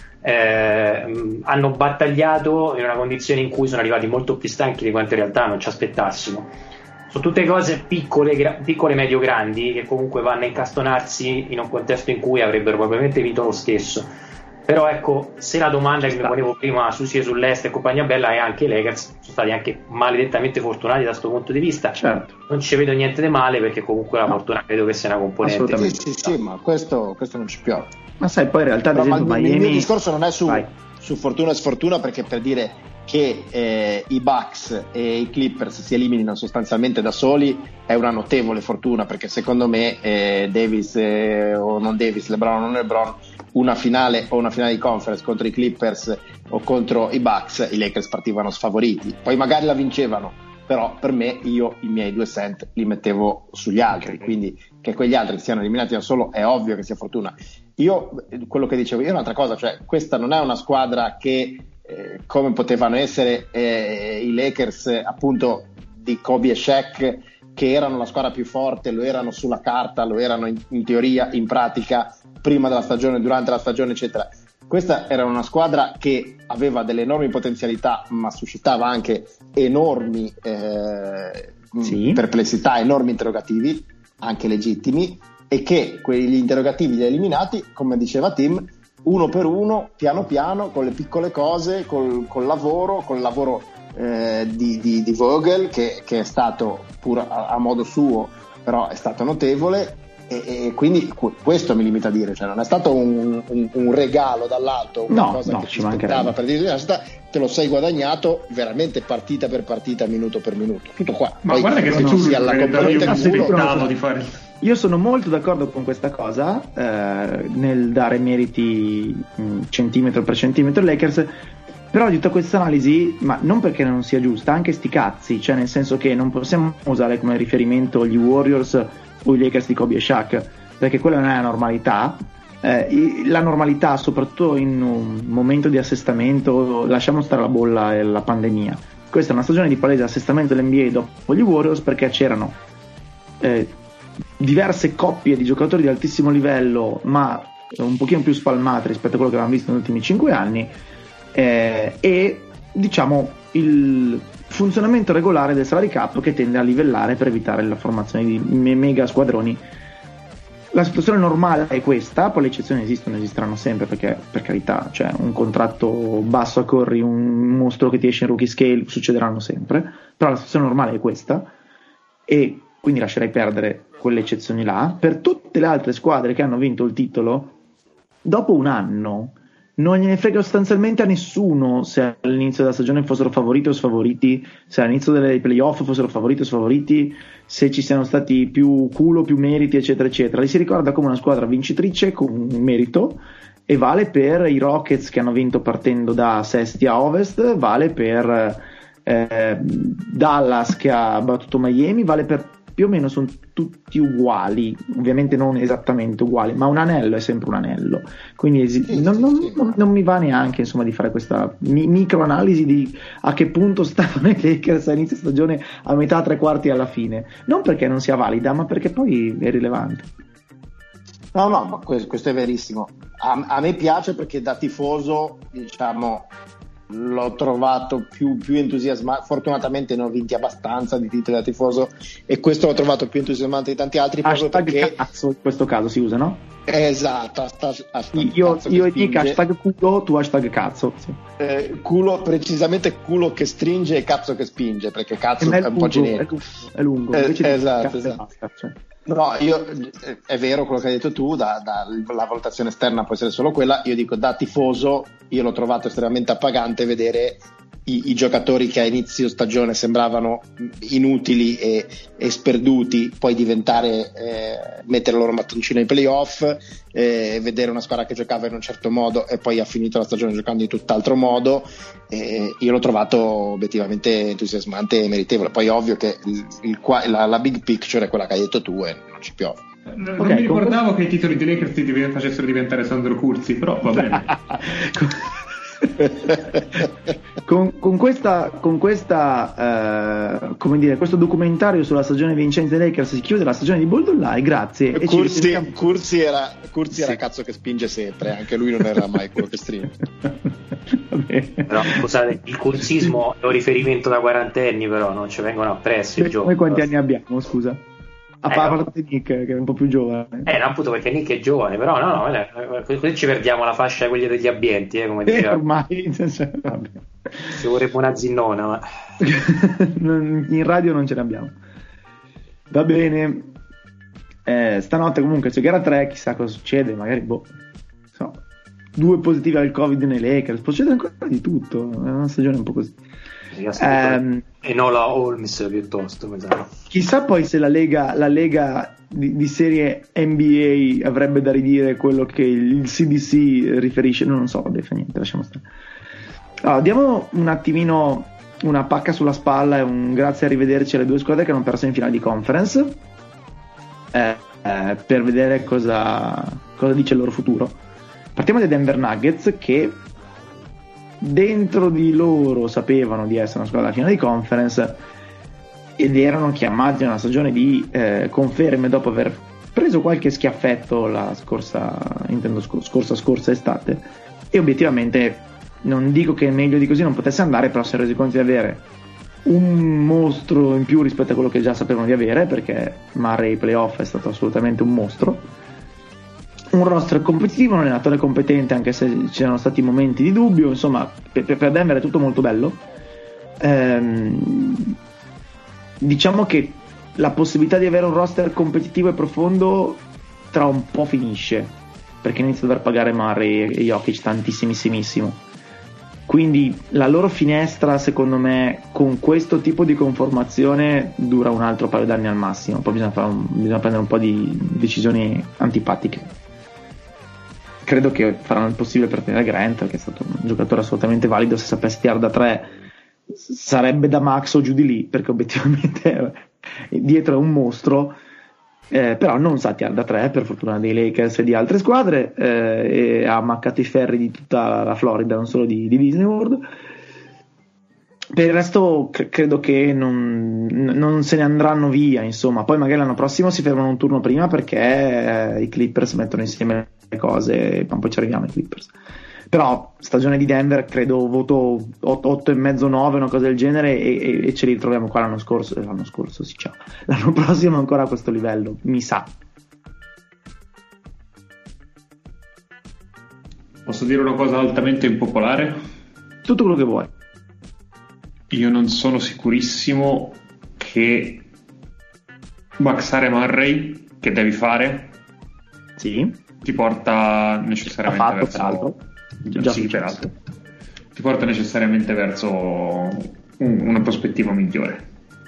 Eh, hanno battagliato in una condizione in cui sono arrivati molto più stanchi di quanto in realtà non ci aspettassimo. Sono tutte cose piccole, gra- piccole medio grandi, che comunque vanno a incastonarsi in un contesto in cui avrebbero probabilmente vinto lo stesso. Però ecco, se la domanda che mi ponevo prima su sia sull'est e compagnia bella è anche i Lakers sono stati anche maledettamente fortunati da questo punto di vista. Certo. Non ci vedo niente di male, perché comunque la no. fortuna credo che sia una componente. Sì, sì, sì, ma questo, questo non ci piove. Ma sai, poi in realtà ad no, esempio ma il, Miami... il mio discorso non è su, Vai. su fortuna e sfortuna, perché per dire che eh, i Bucks e i Clippers si eliminino sostanzialmente da soli è una notevole fortuna, perché secondo me eh, Davis eh, o non Davis, LeBron o non LeBron, una finale o una finale di conference contro i Clippers o contro i Bucks, i Lakers partivano sfavoriti, poi magari la vincevano, però per me io i miei due cent li mettevo sugli altri, quindi che quegli altri siano eliminati da solo è ovvio che sia fortuna. Io quello che dicevo io è un'altra cosa, cioè questa non è una squadra che eh, come potevano essere eh, i Lakers appunto di Kobe e Shaq, che erano la squadra più forte, lo erano sulla carta, lo erano in, in teoria, in pratica, prima della stagione, durante la stagione, eccetera. Questa era una squadra che aveva delle enormi potenzialità, ma suscitava anche enormi eh, sì. perplessità, enormi interrogativi, anche legittimi, e che quegli interrogativi li ha eliminati, come diceva Tim, uno per uno, piano piano, con le piccole cose, col, col lavoro, col lavoro eh, di, di, di Vogel, che, che è stato pur a, a modo suo, però è stato notevole, E, e quindi questo mi limita a dire, cioè non è stato un, un, un regalo dall'alto, una no, cosa no, che ci ci aspettava per dire, te lo sei guadagnato veramente partita per partita, minuto per minuto, tutto qua. Ma poi, guarda che se tu sia alla componente io culo, di fare. Io sono molto d'accordo con questa cosa, eh, nel dare meriti mh, centimetro per centimetro ai Lakers, però di tutta questa analisi, ma non perché non sia giusta, anche sti cazzi, cioè nel senso che non possiamo usare come riferimento gli Warriors o i Lakers di Kobe e Shaq, perché quella non è la normalità. Eh, la normalità, soprattutto in un momento di assestamento, lasciamo stare la bolla e la pandemia, questa è una stagione di palese assestamento dell'N B A dopo gli Warriors, perché c'erano eh, diverse coppie di giocatori di altissimo livello ma un pochino più spalmate rispetto a quello che avevamo visto negli ultimi cinque anni, eh, e diciamo il funzionamento regolare del salary cap che tende a livellare per evitare la formazione di me- mega squadroni. La situazione normale è questa, poi le eccezioni esistono, esisteranno sempre, perché per carità, cioè un contratto basso a Curry, un mostro che ti esce in rookie scale, succederanno sempre, però la situazione normale è questa, e quindi lascerei perdere quelle eccezioni là. Per tutte le altre squadre che hanno vinto il titolo, dopo un anno non gliene frega sostanzialmente a nessuno se all'inizio della stagione fossero favoriti o sfavoriti, se all'inizio dei playoff fossero favoriti o sfavoriti, se ci siano stati più culo, più meriti, eccetera eccetera. Li si ricorda come una squadra vincitrice con merito, e vale per i Rockets che hanno vinto partendo da sesti a ovest, vale per eh, Dallas che ha battuto Miami, vale per, più o meno sono tutti uguali, ovviamente non esattamente uguali, ma un anello è sempre un anello, quindi esi- sì, non, sì, non, sì. non, non mi va neanche insomma di fare questa mi- microanalisi di a che punto stavano i Lakers a inizio stagione, a metà, tre quarti e alla fine, non perché non sia valida ma perché poi è rilevante. No, no, ma questo, questo è verissimo. A, a me piace perché da tifoso, diciamo, l'ho trovato più, più entusiasmante. Fortunatamente ne ho vinti abbastanza di titoli da tifoso, e questo l'ho trovato più entusiasmante di tanti altri, proprio Hashtag perché cazzo in questo caso si usa, no? esatto, hashtag, hashtag Io, cazzo che io spinge. dico hashtag culo, tu hashtag cazzo, sì. Eh, culo, precisamente culo che stringe e cazzo che spinge, perché cazzo è, è un po' generico. è lungo, Eh, invece di esatto, cazzo e esatto. basta, cioè. No, io, è vero quello che hai detto tu, da, da, la valutazione esterna può essere solo quella. Io dico, da tifoso, io l'ho trovato estremamente appagante vedere i, i giocatori che a inizio stagione sembravano inutili e, e sperduti, poi diventare, eh, mettere il loro mattoncino ai playoff, eh, vedere una squadra che giocava in un certo modo e poi ha finito la stagione giocando in tutt'altro modo. Eh, io l'ho trovato obiettivamente entusiasmante e meritevole. Poi ovvio che il, il, la, la big picture è quella che hai detto tu e non ci piove. Non Okay, mi ricordavo con... che i titoli di Lakers ti div- facessero diventare Sandro Curzi, però va bene. con, con questa, con questa uh, come dire, questo documentario sulla stagione vincente dei Lakers si chiude la stagione di Boldolai, grazie. E Curzi, ci vediamo... Curzi, era, Curzi sì. era cazzo che spinge sempre, anche lui non era mai quello che stringe. Però scusate, il curzismo è un riferimento da quarantenni, però non ci vengono appresso i giovani. Noi quanti anni abbiamo, scusa? A Eh, parte Nick che è un po' più giovane. Eh, no, appunto perché Nick è giovane, però no, no, eh, così ci perdiamo la fascia quelli degli ambienti, eh, come Eh, diceva. ormai cioè, vabbè. Ci vorrebbe una zinnona, ma... In radio non ce ne abbiamo. Va bene. Eh, stanotte comunque c'è gara tre, chissà cosa succede, magari boh, so, due positivi al Covid nei Lakers, può succedere ancora di tutto, è una stagione un po' così. Um, e no la Holmes piuttosto, mi sa. Chissà poi se la Lega, la Lega di, di serie N B A avrebbe da ridire quello che il C D C riferisce, no, non so, vabbè, fa niente, lasciamo stare. Allora, diamo un attimino una pacca sulla spalla e un grazie e arrivederci alle due squadre che hanno perso in finale di conference, eh, eh, per vedere cosa, cosa dice il loro futuro. Partiamo dai Denver Nuggets, che dentro di loro sapevano di essere una squadra alla finale di conference ed erano chiamati a una stagione di eh, conferme dopo aver preso qualche schiaffetto la scorsa intendo scor- scorsa scorsa estate, e obiettivamente non dico che meglio di così non potesse andare, però si è resi conto di avere un mostro in più rispetto a quello che già sapevano di avere, perché Murray playoff è stato assolutamente un mostro, un roster competitivo, un allenatore competente anche se c'erano stati momenti di dubbio, insomma per, per Denver è tutto molto bello. Ehm, diciamo che la possibilità di avere un roster competitivo e profondo tra un po' finisce, perché inizia a dover pagare Murray e Jokic tantissimissimo. Quindi la loro finestra, secondo me, con questo tipo di conformazione dura un altro paio d'anni al massimo. Poi bisogna, fare un, bisogna prendere un po' di decisioni antipatiche. Credo che faranno il possibile per tenere Grant, che è stato un giocatore assolutamente valido. Se sapesse tirare da tre sarebbe da Max o giù di lì, perché obiettivamente dietro è un mostro. Eh, però non sa tirare da tre, per fortuna dei Lakers e di altre squadre, eh, e ha ammaccato i ferri di tutta la Florida, non solo di, di Disney World. Per il resto cre- credo che non, non se ne andranno via, insomma. Poi magari l'anno prossimo si fermano un turno prima, perché eh, i Clippers mettono insieme le cose e poi ci arriviamo ai Clippers. Però stagione di Denver credo voto otto e mezzo nove, una cosa del genere, e, e, e ce li ritroviamo qua l'anno scorso l'anno scorso sì, ciao. L'anno prossimo ancora a questo livello, mi sa. Posso dire una cosa altamente impopolare? Tutto quello che vuoi. Io non sono sicurissimo che maxare Murray, che devi fare, sì, ti porta necessariamente fatto, verso peraltro. Già sì, peraltro. Ti porta necessariamente verso un, una prospettiva migliore,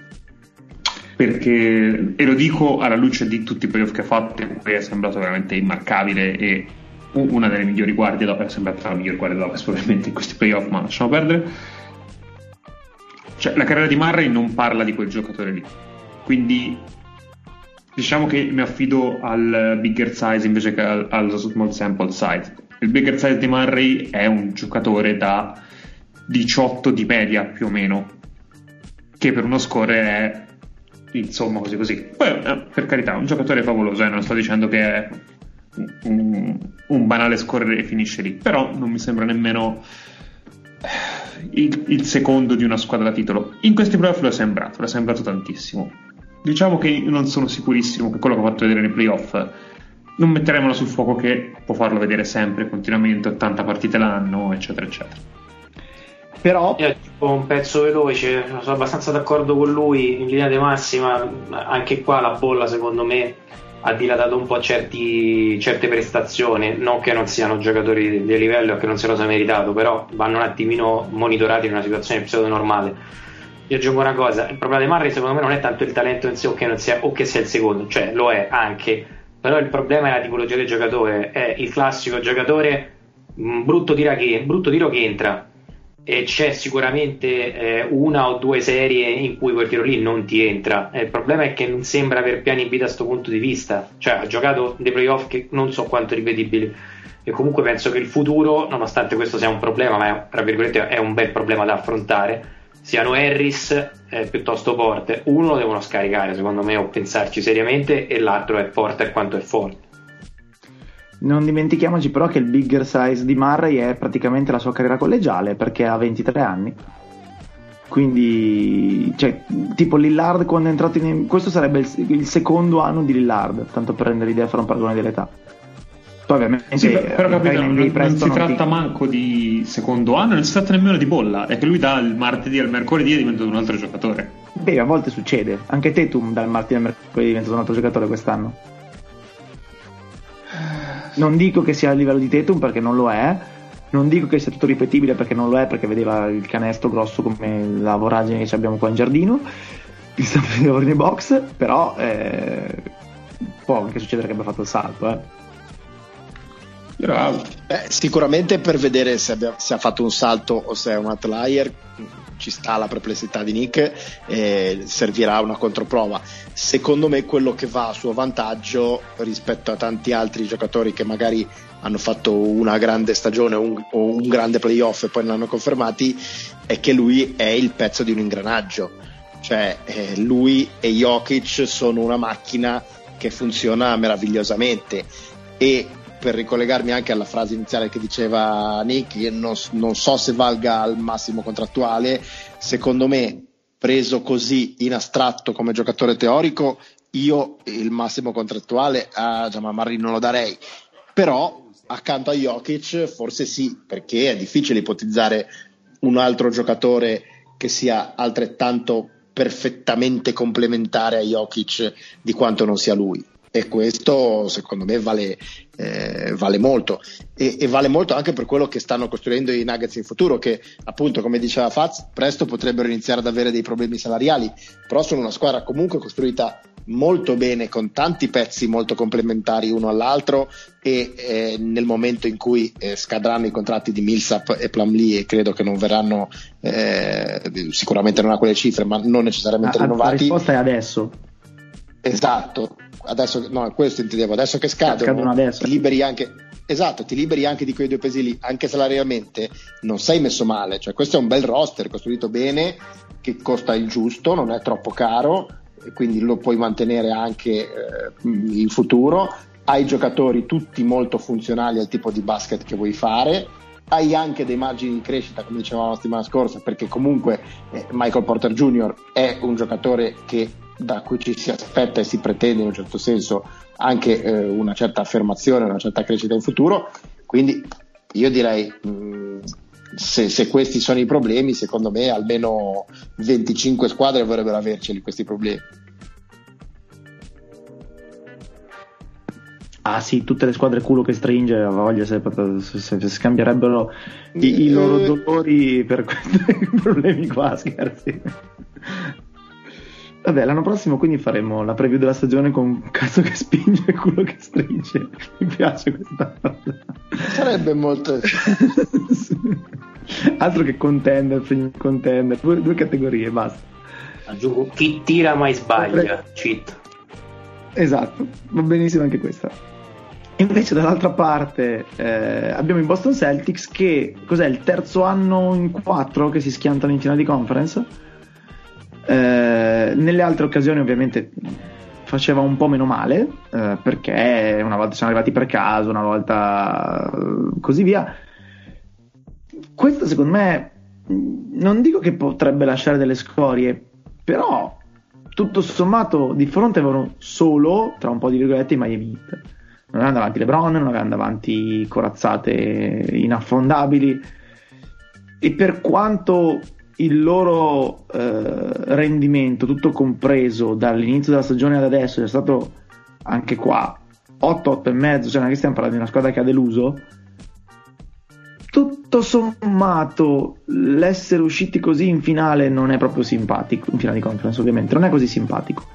perché, e lo dico alla luce di tutti i playoff che ha fatto, in cui è sembrato veramente immarcabile e una delle migliori guardie dopo, è sembrata la miglior guardia dopo probabilmente in questi playoff, ma lasciamo perdere. Cioè, la carriera di Murray non parla di quel giocatore lì, quindi diciamo che mi affido al bigger size invece che al, allo small sample size. Il bigger size di Murray è un giocatore da diciotto di media più o meno, che per uno scorer è insomma così così. Poi eh, per carità, un giocatore favoloso, eh, non sto dicendo che è un, un banale scorer e finisce lì, però non mi sembra nemmeno il, il secondo di una squadra da titolo. In questi playoff lo è sembrato, lo è sembrato tantissimo. Diciamo che non sono sicurissimo che quello che ho fatto vedere nei playoff, non metteremolo sul fuoco che può farlo vedere sempre, continuamente, ottanta partite l'anno, eccetera eccetera. Però io tipo un pezzo veloce, sono abbastanza d'accordo con lui in linea di massima. Anche qua la bolla secondo me ha dilatato un po' certi, certe prestazioni, non che non siano giocatori di livello o che non se lo sia meritato, però vanno un attimino monitorati in una situazione pseudo normale. Io aggiungo una cosa: il problema di Murray secondo me non è tanto il talento in sé o che, non sia, o che sia il secondo, cioè lo è anche, però il problema è la tipologia del giocatore. È il classico giocatore mh, brutto tiro che, brutto tiro che entra, e c'è sicuramente eh, una o due serie in cui quel tiro lì non ti entra. E il problema è che non sembra aver piani B da questo punto di vista, cioè ha giocato dei playoff che non so quanto ripetibili, e comunque penso che il futuro, nonostante questo sia un problema, ma è, tra virgolette è un bel problema da affrontare, siano Harris eh, piuttosto Porter. Uno lo devono scaricare secondo me o pensarci seriamente, e l'altro è Porter quanto è forte. Non dimentichiamoci però che il bigger size di Murray è praticamente la sua carriera collegiale, perché ha ventitré anni. Quindi, cioè, tipo Lillard quando è entrato in... questo sarebbe il, il secondo anno di Lillard, tanto per rendere l'idea, fare un paragone dell'età. Poi ovviamente sì, però capito, non, non, non si tratta ti... manco di secondo anno, non si tratta nemmeno di bolla, è che lui dal martedì al mercoledì è diventato un altro giocatore. Beh, a volte succede, anche Tatum dal martedì al mercoledì è diventato un altro giocatore quest'anno. Non dico che sia a livello di Tatum, perché non lo è, non dico che sia tutto ripetibile, perché non lo è, perché vedeva il canestro grosso come la voragine che abbiamo qua in giardino, il stampo di lavoro nei box, però eh, può anche succedere che abbia fatto il salto, eh. Eh, sicuramente per vedere se, abbia, se ha fatto un salto o se è un outlier ci sta la perplessità di Nick, e servirà una controprova. Secondo me quello che va a suo vantaggio rispetto a tanti altri giocatori che magari hanno fatto una grande stagione un, o un grande playoff e poi non l'hanno confermati, è che lui è il pezzo di un ingranaggio, cioè eh, lui e Jokic sono una macchina che funziona meravigliosamente. E per ricollegarmi anche alla frase iniziale che diceva Nick, non, non so se valga al massimo contrattuale, secondo me preso così in astratto come giocatore teorico, io il massimo contrattuale a Jamal Murray non lo darei, però accanto a Jokic forse sì, perché è difficile ipotizzare un altro giocatore che sia altrettanto perfettamente complementare a Jokic di quanto non sia lui. e questo secondo me vale, eh, vale molto e, e vale molto anche per quello che stanno costruendo i Nuggets in futuro, che appunto, come diceva Faz, presto potrebbero iniziare ad avere dei problemi salariali, però sono una squadra comunque costruita molto bene, con tanti pezzi molto complementari uno all'altro, e eh, nel momento in cui eh, scadranno i contratti di Millsap e Plumlee, e credo che non verranno eh, sicuramente non a quelle cifre, ma non necessariamente ah, rinnovati. La risposta è adesso. Esatto, adesso no, questo intendevo, adesso che scadono, scadono adesso. ti liberi anche, esatto, ti liberi anche di quei due pesi lì, anche salarialmente non sei messo male, cioè questo è un bel roster costruito bene, che costa il giusto, non è troppo caro, e quindi lo puoi mantenere anche eh, in futuro, hai giocatori tutti molto funzionali al tipo di basket che vuoi fare, hai anche dei margini di crescita, come dicevamo la settimana scorsa, perché comunque eh, Michael Porter Junior è un giocatore che da cui ci si aspetta e si pretende in un certo senso anche eh, una certa affermazione, una certa crescita in futuro, quindi io direi mh, se, se questi sono i problemi, secondo me almeno venticinque squadre vorrebbero averceli questi problemi. Ah sì, tutte le squadre culo che stringe, a voglia se, se, se scambierebbero i, i loro dolori per questi problemi qua, scherzi. Vabbè, l'anno prossimo quindi faremo la preview della stagione con cazzo che spinge e culo che stringe. Mi piace questa cosa. Sarebbe molto altro che contender, contender, due, due categorie, basta. Aggiungo chi tira mai sbaglia, cheat. Esatto, va benissimo anche questa. Invece dall'altra parte eh, abbiamo i Boston Celtics, che cos'è il terzo anno in quattro che si schiantano in finale di conference. Eh, nelle altre occasioni ovviamente faceva un po' meno male, eh, perché una volta sono arrivati per caso, una volta eh, così via. Questo secondo me, non dico che potrebbe lasciare delle scorie, però tutto sommato di fronte avevano solo, tra un po' di virgolette, i Miami Heat. Non avevano davanti LeBron, non avevano davanti corazzate inaffondabili, e per quanto il loro eh, rendimento, tutto compreso dall'inizio della stagione ad adesso, è stato anche qua otto, otto e mezzo, cioè non è che stiamo parlando di una squadra che ha deluso, tutto sommato l'essere usciti così in finale non è proprio simpatico, in finale di conference ovviamente non è così simpatico.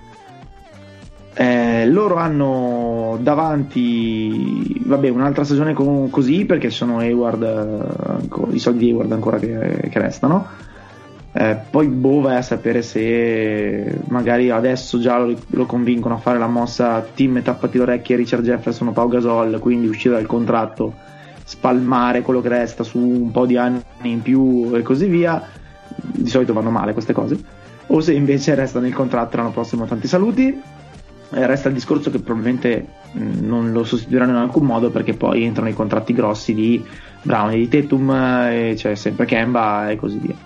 Eh, loro hanno davanti, vabbè, un'altra stagione con, così, perché sono Hayward, eh, i soldi di Hayward ancora che, che restano. Eh, poi boh, vai a sapere se magari adesso già lo, lo convincono a fare la mossa team, tappati le orecchie Richard Jefferson o Pau Gasol, quindi uscire dal contratto, spalmare quello che resta su un po' di anni in più e così via. Di solito vanno male queste cose, o se invece resta nel contratto l'anno prossimo. Tanti saluti. Eh, resta il discorso che probabilmente mh, non lo sostituiranno in alcun modo, perché poi entrano i contratti grossi di Brown e di Tatum, e c'è sempre Kemba e così via.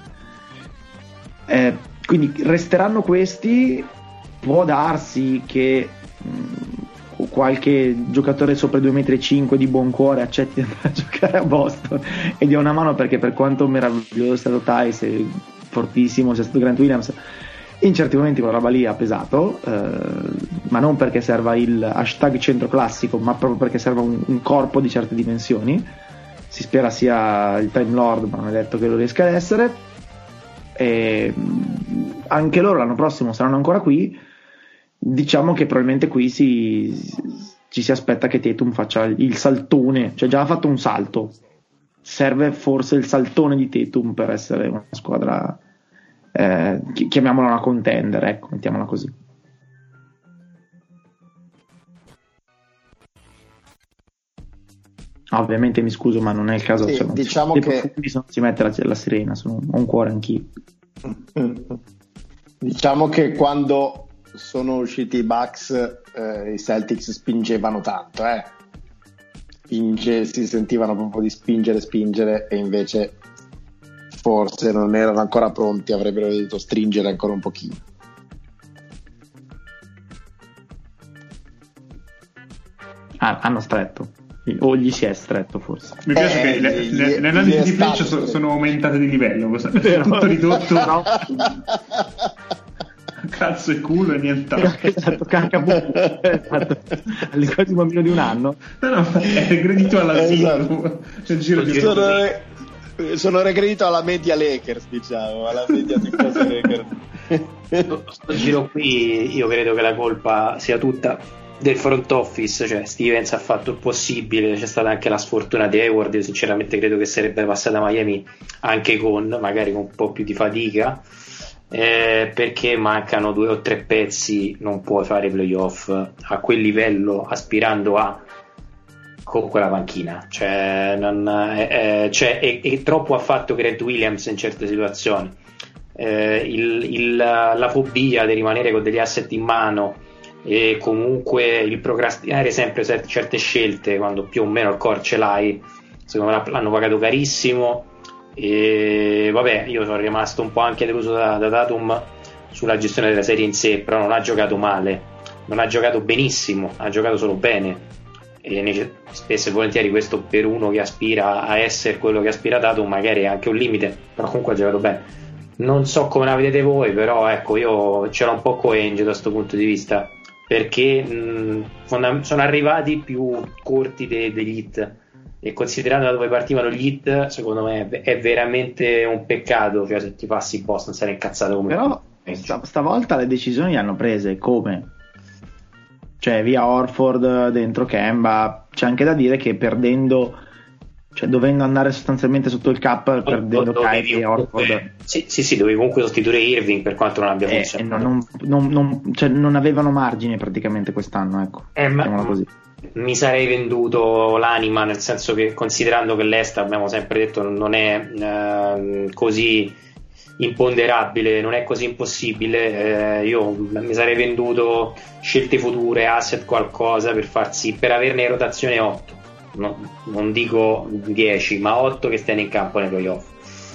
Eh, quindi resteranno questi. Può darsi che mh, qualche giocatore sopra i due virgola cinque metri di buon cuore accetti di andare a giocare a Boston e dia una mano, perché per quanto meraviglioso è stato Tice e fortissimo sia stato Grant Williams, in certi momenti quella roba lì ha pesato, eh, ma non perché serva il hashtag centro classico, ma proprio perché serva un, un corpo di certe dimensioni. Si spera sia il Time Lord, ma non è detto che lo riesca ad essere. E anche loro l'anno prossimo saranno ancora qui. Diciamo che probabilmente qui si, ci si aspetta che Tatum faccia il saltone, cioè già ha fatto un salto, serve forse il saltone di Tatum per essere una squadra, eh, chiamiamola una contender, ecco, mettiamola così. Ovviamente mi scuso, ma non è il caso. Sì, cioè, diciamo si, che profondi, se non si mette la, la sirena, sono, ho un cuore anch'io. Diciamo che quando sono usciti i Bucks, eh, i Celtics spingevano tanto, eh. Spinge, si sentivano proprio di spingere, spingere, e invece forse non erano ancora pronti, avrebbero dovuto stringere ancora un pochino. Ah, hanno stretto. O gli si è stretto forse. Mi piace eh, che le, gli, le, le analisi di flash so, stato, sono aumentate di livello, tutto ridotto. No. cazzo e culo e nient'altro. Esatto, cacca esatto. All'inizio di un bambino di un anno. No, no, è regredito all'asilo. Esatto. Nel giro di sono, re- sono regredito alla media Lakers, diciamo, alla media tifosi Lakers. Questo giro qui io credo che la colpa sia tutta del front office, cioè Stevens ha fatto il possibile, c'è stata anche la sfortuna di Hayward. Io sinceramente credo che sarebbe passata a Miami anche con, magari con un po' più di fatica, eh, perché mancano due o tre pezzi, non puoi fare playoff a quel livello aspirando a con quella panchina, cioè, non, eh, cioè è, è troppo ha fatto Grant Williams in certe situazioni, eh, il, il, la fobia di rimanere con degli asset in mano e comunque il procrastinare sempre certe scelte quando più o meno il core ce l'hai, secondo me l'hanno pagato carissimo. E vabbè, io sono rimasto un po' anche deluso da, da Tatum sulla gestione della serie in sé, però non ha giocato male, non ha giocato benissimo, ha giocato solo bene, e spesso e volentieri questo per uno che aspira a essere quello che aspira Tatum magari è anche un limite, però comunque ha giocato bene. Non so come la vedete voi, però ecco, io c'era un po' coenge da questo punto di vista, perché mh, sono arrivati più corti de- degli hit, e considerando da dove partivano gli hit, secondo me è veramente un peccato, cioè se ti passi in Boston sarei incazzato come però st- stavolta le decisioni le hanno prese come, cioè via Horford, dentro Kemba. C'è anche da dire che perdendo, cioè dovendo andare sostanzialmente sotto il cap, perdendo Kyrie e Horford, sì, sì, sì, dovevi comunque sostituire Irving, per quanto non abbia eh, funzionato. non, non, non, cioè non avevano margine praticamente quest'anno, ecco, eh, ma, così. Mi sarei venduto l'anima, nel senso che, considerando che l'Est, abbiamo sempre detto, non è eh, così imponderabile, non è così impossibile, eh, io mi sarei venduto scelte future, asset, qualcosa per far sì, per averne in rotazione otto, no, non dico dieci, ma otto che stiano in campo nei playoff.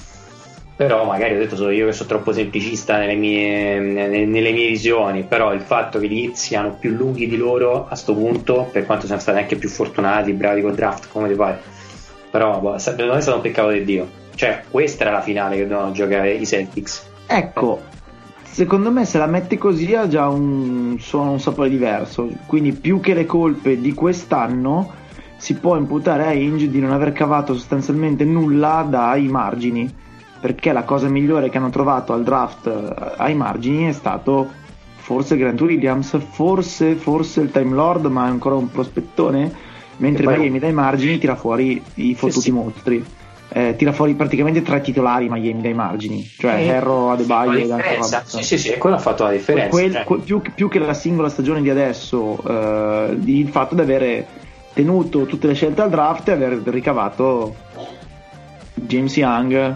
Però magari ho detto solo io che sono troppo semplicista nelle mie, nelle, nelle mie visioni, però il fatto che gli Heat siano più lunghi di loro a sto punto, per quanto siano stati anche più fortunati, bravi col draft, come ti pare, però boh, secondo me è stato un peccato di Dio. Cioè questa era la finale che dovevano giocare i Celtics. Ecco, secondo me se la metti così ha già un suono, un sapore diverso, quindi più che le colpe di quest'anno si può imputare a Ainge di non aver cavato sostanzialmente nulla dai margini, perché la cosa migliore che hanno trovato al draft ai margini è stato forse Grant Williams, forse, forse il Time Lord, ma è ancora un prospettone, mentre poi Miami dai margini tira fuori i fottuti sì, mostri, eh, tira fuori praticamente tre titolari Miami dai margini, cioè eh, Herro, Adebayo e Duncan Robinson. Sì, sì, sì, quello ha fatto la differenza. Quel, cioè. quel, più, più che la singola stagione di adesso, eh, il fatto di avere tenuto tutte le scelte al draft e aver ricavato James Young,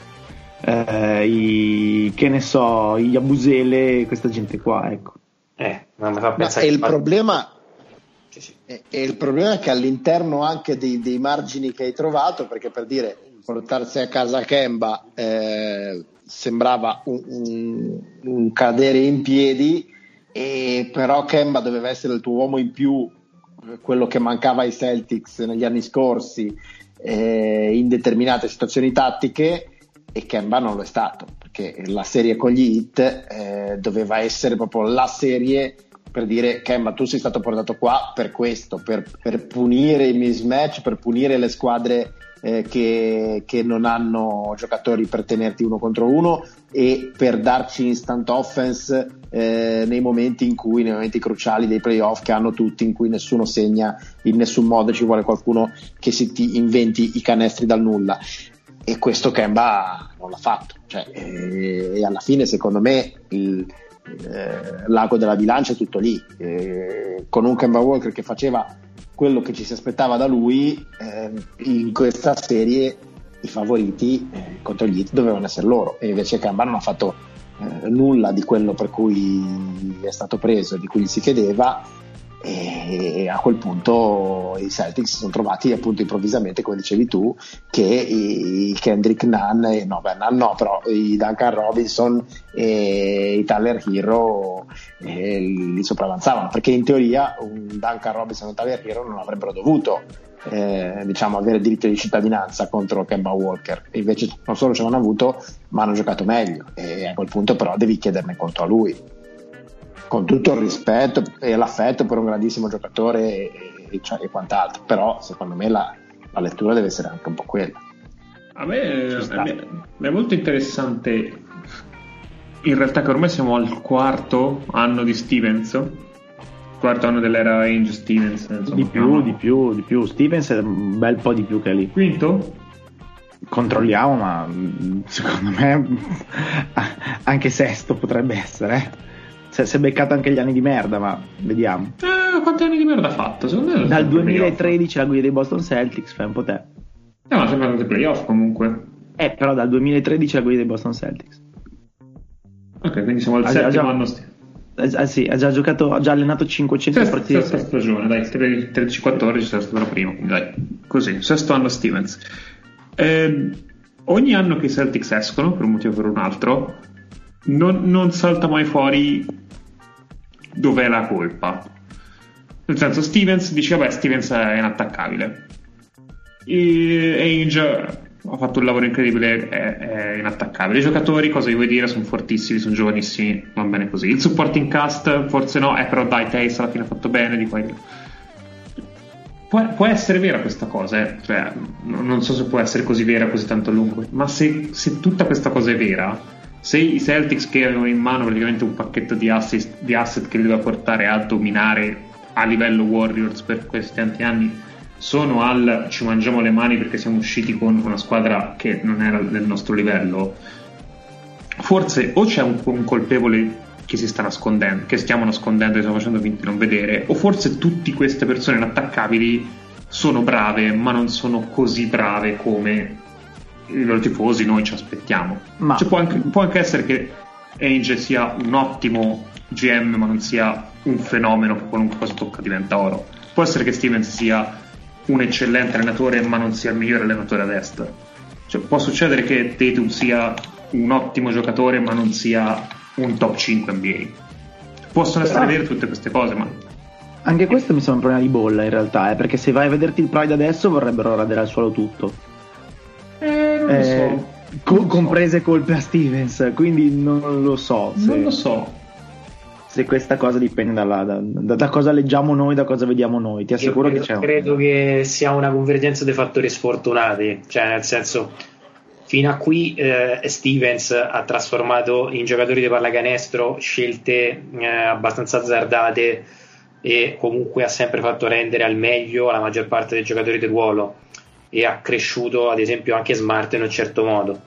eh, i, che ne so, gli Abusele, questa gente qua, ecco. Eh, non mi fa pensare. E il problema sì, sì. E, e il problema è che all'interno anche dei, dei margini che hai trovato, perché per dire portarsi a casa Kemba eh, sembrava un, un, un cadere in piedi, e però Kemba doveva essere il tuo uomo in più, quello che mancava ai Celtics negli anni scorsi eh, in determinate situazioni tattiche, e Kemba non lo è stato, perché la serie con gli Heat eh, doveva essere proprio la serie per dire Kemba, tu sei stato portato qua per questo, per, per punire i mismatch, per punire le squadre eh, che, che non hanno giocatori per tenerti uno contro uno, e per darci instant offense eh, nei momenti in cui, nei momenti cruciali dei playoff che hanno tutti, in cui nessuno segna in nessun modo, ci vuole qualcuno che si ti inventi i canestri dal nulla. E questo Kemba non l'ha fatto, cioè, eh, e alla fine secondo me il eh, l'ago della bilancia è tutto lì, eh, con un Kemba Walker che faceva quello che ci si aspettava da lui, eh, in questa serie i favoriti eh, contro gli Heat dovevano essere loro, e invece Kemba non ha fatto eh, nulla di quello per cui è stato preso e di cui gli si chiedeva, e a quel punto i Celtics si sono trovati appunto improvvisamente, come dicevi tu, che i Kendrick Nunn, e, no, beh, Nunn no, però i Duncan Robinson e i Tyler Hero eh, li sopravanzavano, perché in teoria un Duncan Robinson e un Tyler Hero non avrebbero dovuto eh, diciamo avere diritto di cittadinanza contro Kemba Walker, e invece non solo ce l'hanno avuto, ma hanno giocato meglio, e a quel punto però devi chiederne conto a lui. con tutto il rispetto e l'affetto per un grandissimo giocatore e, e, e quant'altro, però secondo me la, la lettura deve essere anche un po' quella. A me, a me è molto interessante in realtà che ormai siamo al quarto anno di Stevens, quarto anno dell'era Ainge Stevens, insomma, di più, di più, di più. Stevens è un bel po' di più che lì. Quinto? Controlliamo, ma secondo me anche sesto potrebbe essere. Eh. Si è beccato anche gli anni di merda, ma vediamo. Eh, quanti anni di merda ha fatto? Secondo me dal duemilatredici la guida dei Boston Celtics, fai un po' te. Eh, ma sempre andati playoff comunque. Eh, però dal duemilatredici la guida dei Boston Celtics. Ok, quindi siamo al ha settimo già, anno. St- eh, sì, ha già giocato, ha già allenato cinquecento sesta, partite. Sesta stagione, dai, tredici quattordici sarà stato la prima, dai, così, sesto anno Stevens. Eh, ogni anno che i Celtics escono, per un motivo o per un altro, non, non salta mai fuori dov'è la colpa. Nel senso, Stevens dice, vabbè, Stevens è inattaccabile. E Ainge ha fatto un lavoro incredibile, è, è inattaccabile. I giocatori, cosa gli vuoi dire, sono fortissimi, sono giovanissimi, va bene così. Il supporting cast forse no, eh, però dai, Tays alla fine ha fatto bene di qua e di là. Può, può essere vera questa cosa, eh? Cioè, non so se può essere così vera così tanto a lungo, ma se, se tutta questa cosa è vera, se i Celtics, che avevano in mano praticamente un pacchetto di, assist, di asset che li doveva portare a dominare a livello Warriors per questi tanti anni, sono al ci mangiamo le mani perché siamo usciti con una squadra che non era del nostro livello, forse o c'è un, un colpevole che si sta nascondendo, che stiamo nascondendo, che stiamo facendo finta di non vedere, o forse tutte queste persone inattaccabili sono brave ma non sono così brave come i loro tifosi noi ci aspettiamo. Ma cioè, può, anche, può anche essere che Ainge sia un ottimo G M ma non sia un fenomeno che qualunque cosa tocca diventa oro. Può essere che Stevens sia un eccellente allenatore ma non sia il migliore allenatore a destra. Cioè, può succedere che Tatum sia un ottimo giocatore ma non sia un top cinque N B A. Possono essere ah. vere tutte queste cose, ma anche questo mi sembra un problema di bolla in realtà, eh, perché se vai a vederti il Pride adesso vorrebbero radere al suolo tutto, eh, non eh, lo so co- non comprese so. colpe a Stevens, quindi non lo so se, non lo so se questa cosa dipende dalla, da, da, da cosa leggiamo noi, da cosa vediamo noi. Ti assicuro credo, che c'è credo un... che sia una convergenza dei fattori sfortunati, cioè nel senso, fino a qui eh, Stevens ha trasformato in giocatori di pallacanestro scelte eh, abbastanza azzardate e comunque ha sempre fatto rendere al meglio la maggior parte dei giocatori di ruolo e ha cresciuto ad esempio anche Smart in un certo modo,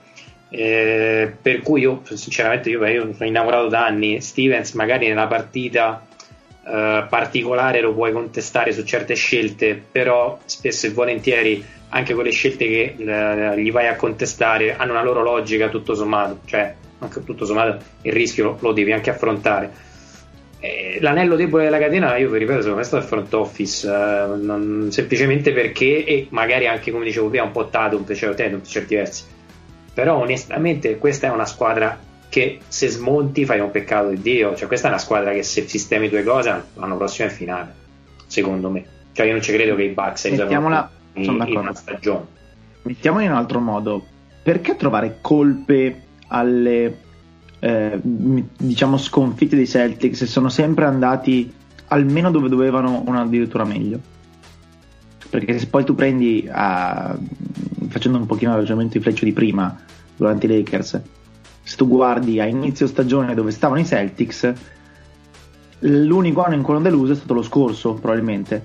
eh, per cui io sinceramente io, io sono innamorato da anni. Stevens magari nella partita eh, particolare lo puoi contestare su certe scelte, però spesso e volentieri anche quelle scelte che eh, gli vai a contestare hanno una loro logica tutto sommato, cioè anche tutto sommato il rischio lo, lo devi anche affrontare. Eh, l'anello debole della catena, io vi ripeto, secondo me è stato il front office, eh, non, semplicemente perché, e magari anche come dicevo prima un po' Tatum, cioè Tatum per certi versi, però onestamente questa è una squadra che se smonti fai un peccato di Dio, cioè questa è una squadra che se sistemi due cose l'anno prossimo è in finale, secondo me, cioè io non ci credo che i Bucks mettiamola in, in una stagione. Mettiamola in un altro modo, perché trovare colpe alle eh, diciamo sconfitte dei Celtics se sono sempre andati almeno dove dovevano o addirittura meglio? Perché se poi tu prendi a, facendo un pochino il ragionamento di Fleccio di prima durante i Lakers, se tu guardi a inizio stagione dove stavano i Celtics, l'unico anno in cui hanno deluso è stato lo scorso probabilmente,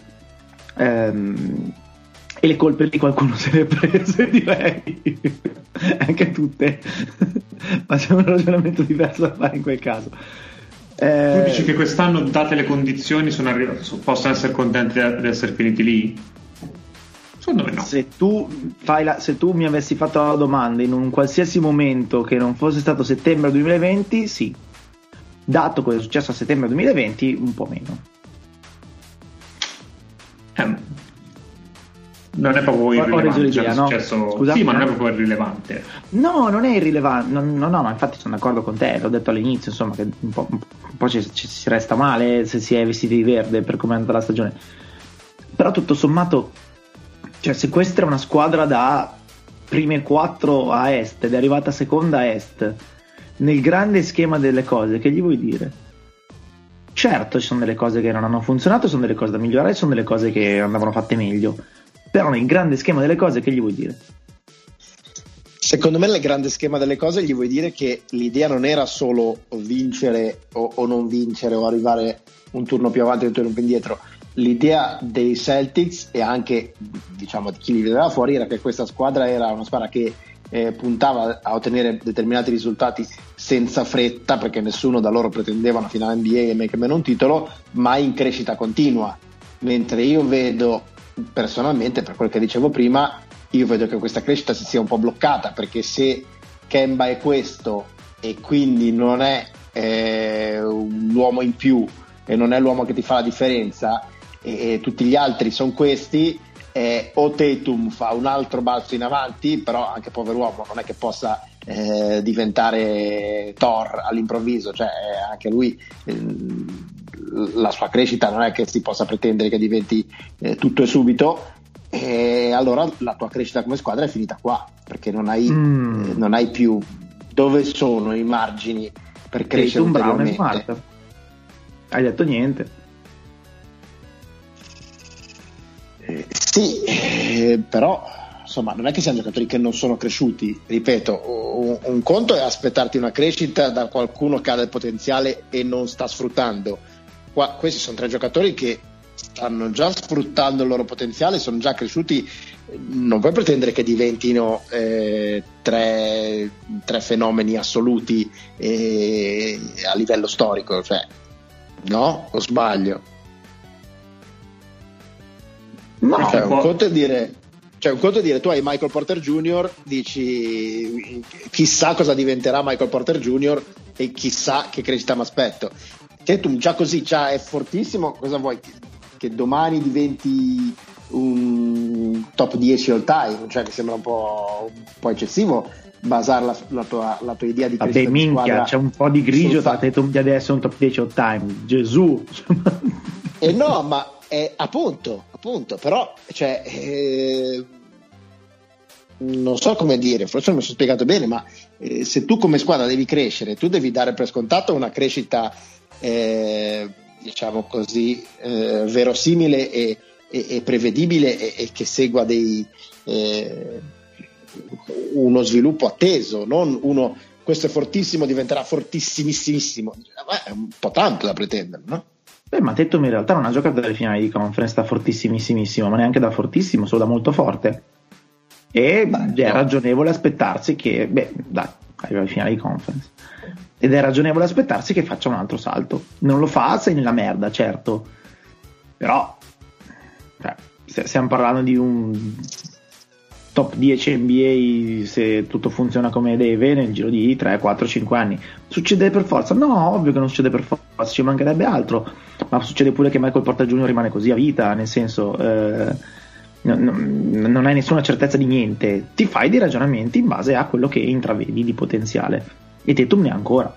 ehm, e le colpe di qualcuno se le ha prese, direi anche tutte ma c'è un ragionamento diverso da fare in quel caso. Eh, tu dici che quest'anno, date le condizioni, sono arri- possono essere contenti di essere finiti lì? Secondo me no. Se tu, fai la, se tu mi avessi fatto la domanda in un qualsiasi momento che non fosse stato settembre duemilaventi, sì. Dato cosa è successo a settembre duemilaventi, un po' meno. Eh, non è proprio irrilevante, cioè, no? Successo... Sì, ma non è proprio irrilevante. No, non è irrilevante. No, no, no, no, infatti sono d'accordo con te. L'ho detto all'inizio, insomma, che un po', un po' ci, ci si resta male se si è vestiti di verde per come è andata la stagione. Però tutto sommato, cioè, se questa era una squadra da prime quattro a est ed è arrivata seconda a est, nel grande schema delle cose, che gli vuoi dire? certo ci sono delle cose che non hanno funzionato, sono delle cose da migliorare, sono delle cose che andavano fatte meglio, però nel grande schema delle cose che gli vuoi dire? Secondo me nel grande schema delle cose gli vuoi dire che l'idea non era solo vincere o, o non vincere o arrivare un turno più avanti e un turno più indietro. L'idea dei Celtics e anche, diciamo, di chi li vedeva fuori era che questa squadra era una squadra che eh, puntava a ottenere determinati risultati senza fretta, perché nessuno da loro pretendeva una finale N B A e men che meno un titolo, ma in crescita continua. Mentre io vedo personalmente, per quel che dicevo prima, io vedo che questa crescita si sia un po' bloccata, perché se Kemba è questo e quindi non è eh, l'uomo in più e non è l'uomo che ti fa la differenza, e, e tutti gli altri sono questi, eh, o Tatum fa un altro balzo in avanti, però anche pover'uomo non è che possa eh, diventare Thor all'improvviso, cioè eh, anche lui eh, la sua crescita non è che si possa pretendere che diventi eh, tutto e subito, e allora la tua crescita come squadra è finita qua, perché non hai, mm. eh, non hai più dove sono i margini per crescere un Brown ulteriormente. e Smart. Hai detto niente. Eh, sì, eh, però insomma non è che siano giocatori che non sono cresciuti, ripeto, un, un conto è aspettarti una crescita da qualcuno che ha del potenziale e non sta sfruttando. Qua, questi sono tre giocatori che stanno già sfruttando il loro potenziale, sono già cresciuti, non puoi pretendere che diventino eh, tre, tre fenomeni assoluti eh, a livello storico, cioè, no? O sbaglio? No, cioè, un conto è dire, cioè un conto è dire tu hai Michael Porter Junior, dici chissà cosa diventerà Michael Porter Junior e chissà che crescita mi aspetto. Tatum già così già è fortissimo, cosa vuoi? Che domani diventi un top dieci all time, cioè mi sembra un po', un po' eccessivo basare la, la, tua, la tua idea di crescita. Vabbè, di minchia, c'è un po' di grigio tra Tatum di adesso e un top dieci all time, Gesù. E eh no, ma è appunto, appunto, però cioè eh, non so come dire, forse non mi sono spiegato bene, ma eh, se tu come squadra devi crescere, tu devi dare per scontato una crescita eh, diciamo così eh, verosimile e, e, e prevedibile e, e che segua dei eh, uno sviluppo atteso, non uno questo è fortissimo diventerà fortissimissimissimo, è un po' tanto da pretendere, no? Beh, ma Tatum in realtà non ha giocato dalle finali di conference da fortissimissimissimo, ma neanche da fortissimo, solo da molto forte, e beh, è no. ragionevole aspettarsi che beh dai, arriva alle finali di conference ed è ragionevole aspettarsi che faccia un altro salto. Non lo fa, sei nella merda, certo, però cioè, stiamo parlando di un top dieci N B A se tutto funziona come deve nel giro di tre, quattro, cinque anni. Succede per forza? No, ovvio che non succede per forza, ci mancherebbe altro, ma succede pure che Michael Porter Junior rimane così a vita, nel senso eh, no, no, non hai nessuna certezza di niente, ti fai dei ragionamenti in base a quello che intravedi di potenziale, e Tatum ne ha ancora.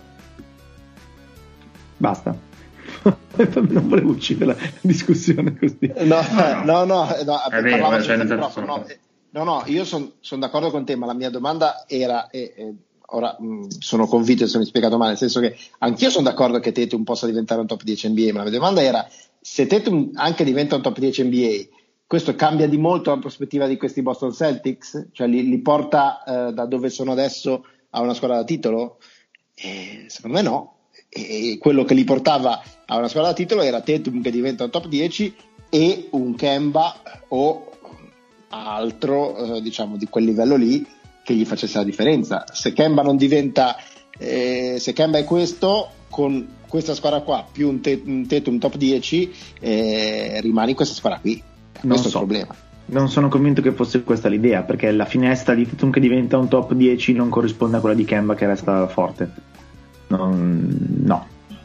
Basta. Non volevo uccidere la discussione così. No, no, no, no, no è vero, no, cioè, no, no, no, io sono son d'accordo con te, ma la mia domanda era, e, e ora mh, sono convinto di essermi spiegato male, nel senso che anch'io sono d'accordo che Tatum possa diventare un top dieci N B A, ma la mia domanda era, se Tatum anche diventa un top dieci N B A, questo cambia di molto la prospettiva di questi Boston Celtics? Cioè li, li porta eh, da dove sono adesso a una squadra da titolo? Eh, secondo me no. E quello che li portava a una squadra da titolo era Tatum che diventa un top dieci e un Kemba o altro eh, diciamo di quel livello lì che gli facesse la differenza. Se Kemba non diventa eh, se Kemba è questo, con questa squadra qua più un, te- un Tatum top dieci eh, rimani in questa squadra qui. Non questo so. è il problema. Non sono convinto che fosse questa l'idea, perché la finestra di Tatum che diventa un top dieci non corrisponde a quella di Kemba che resta forte. Non, no,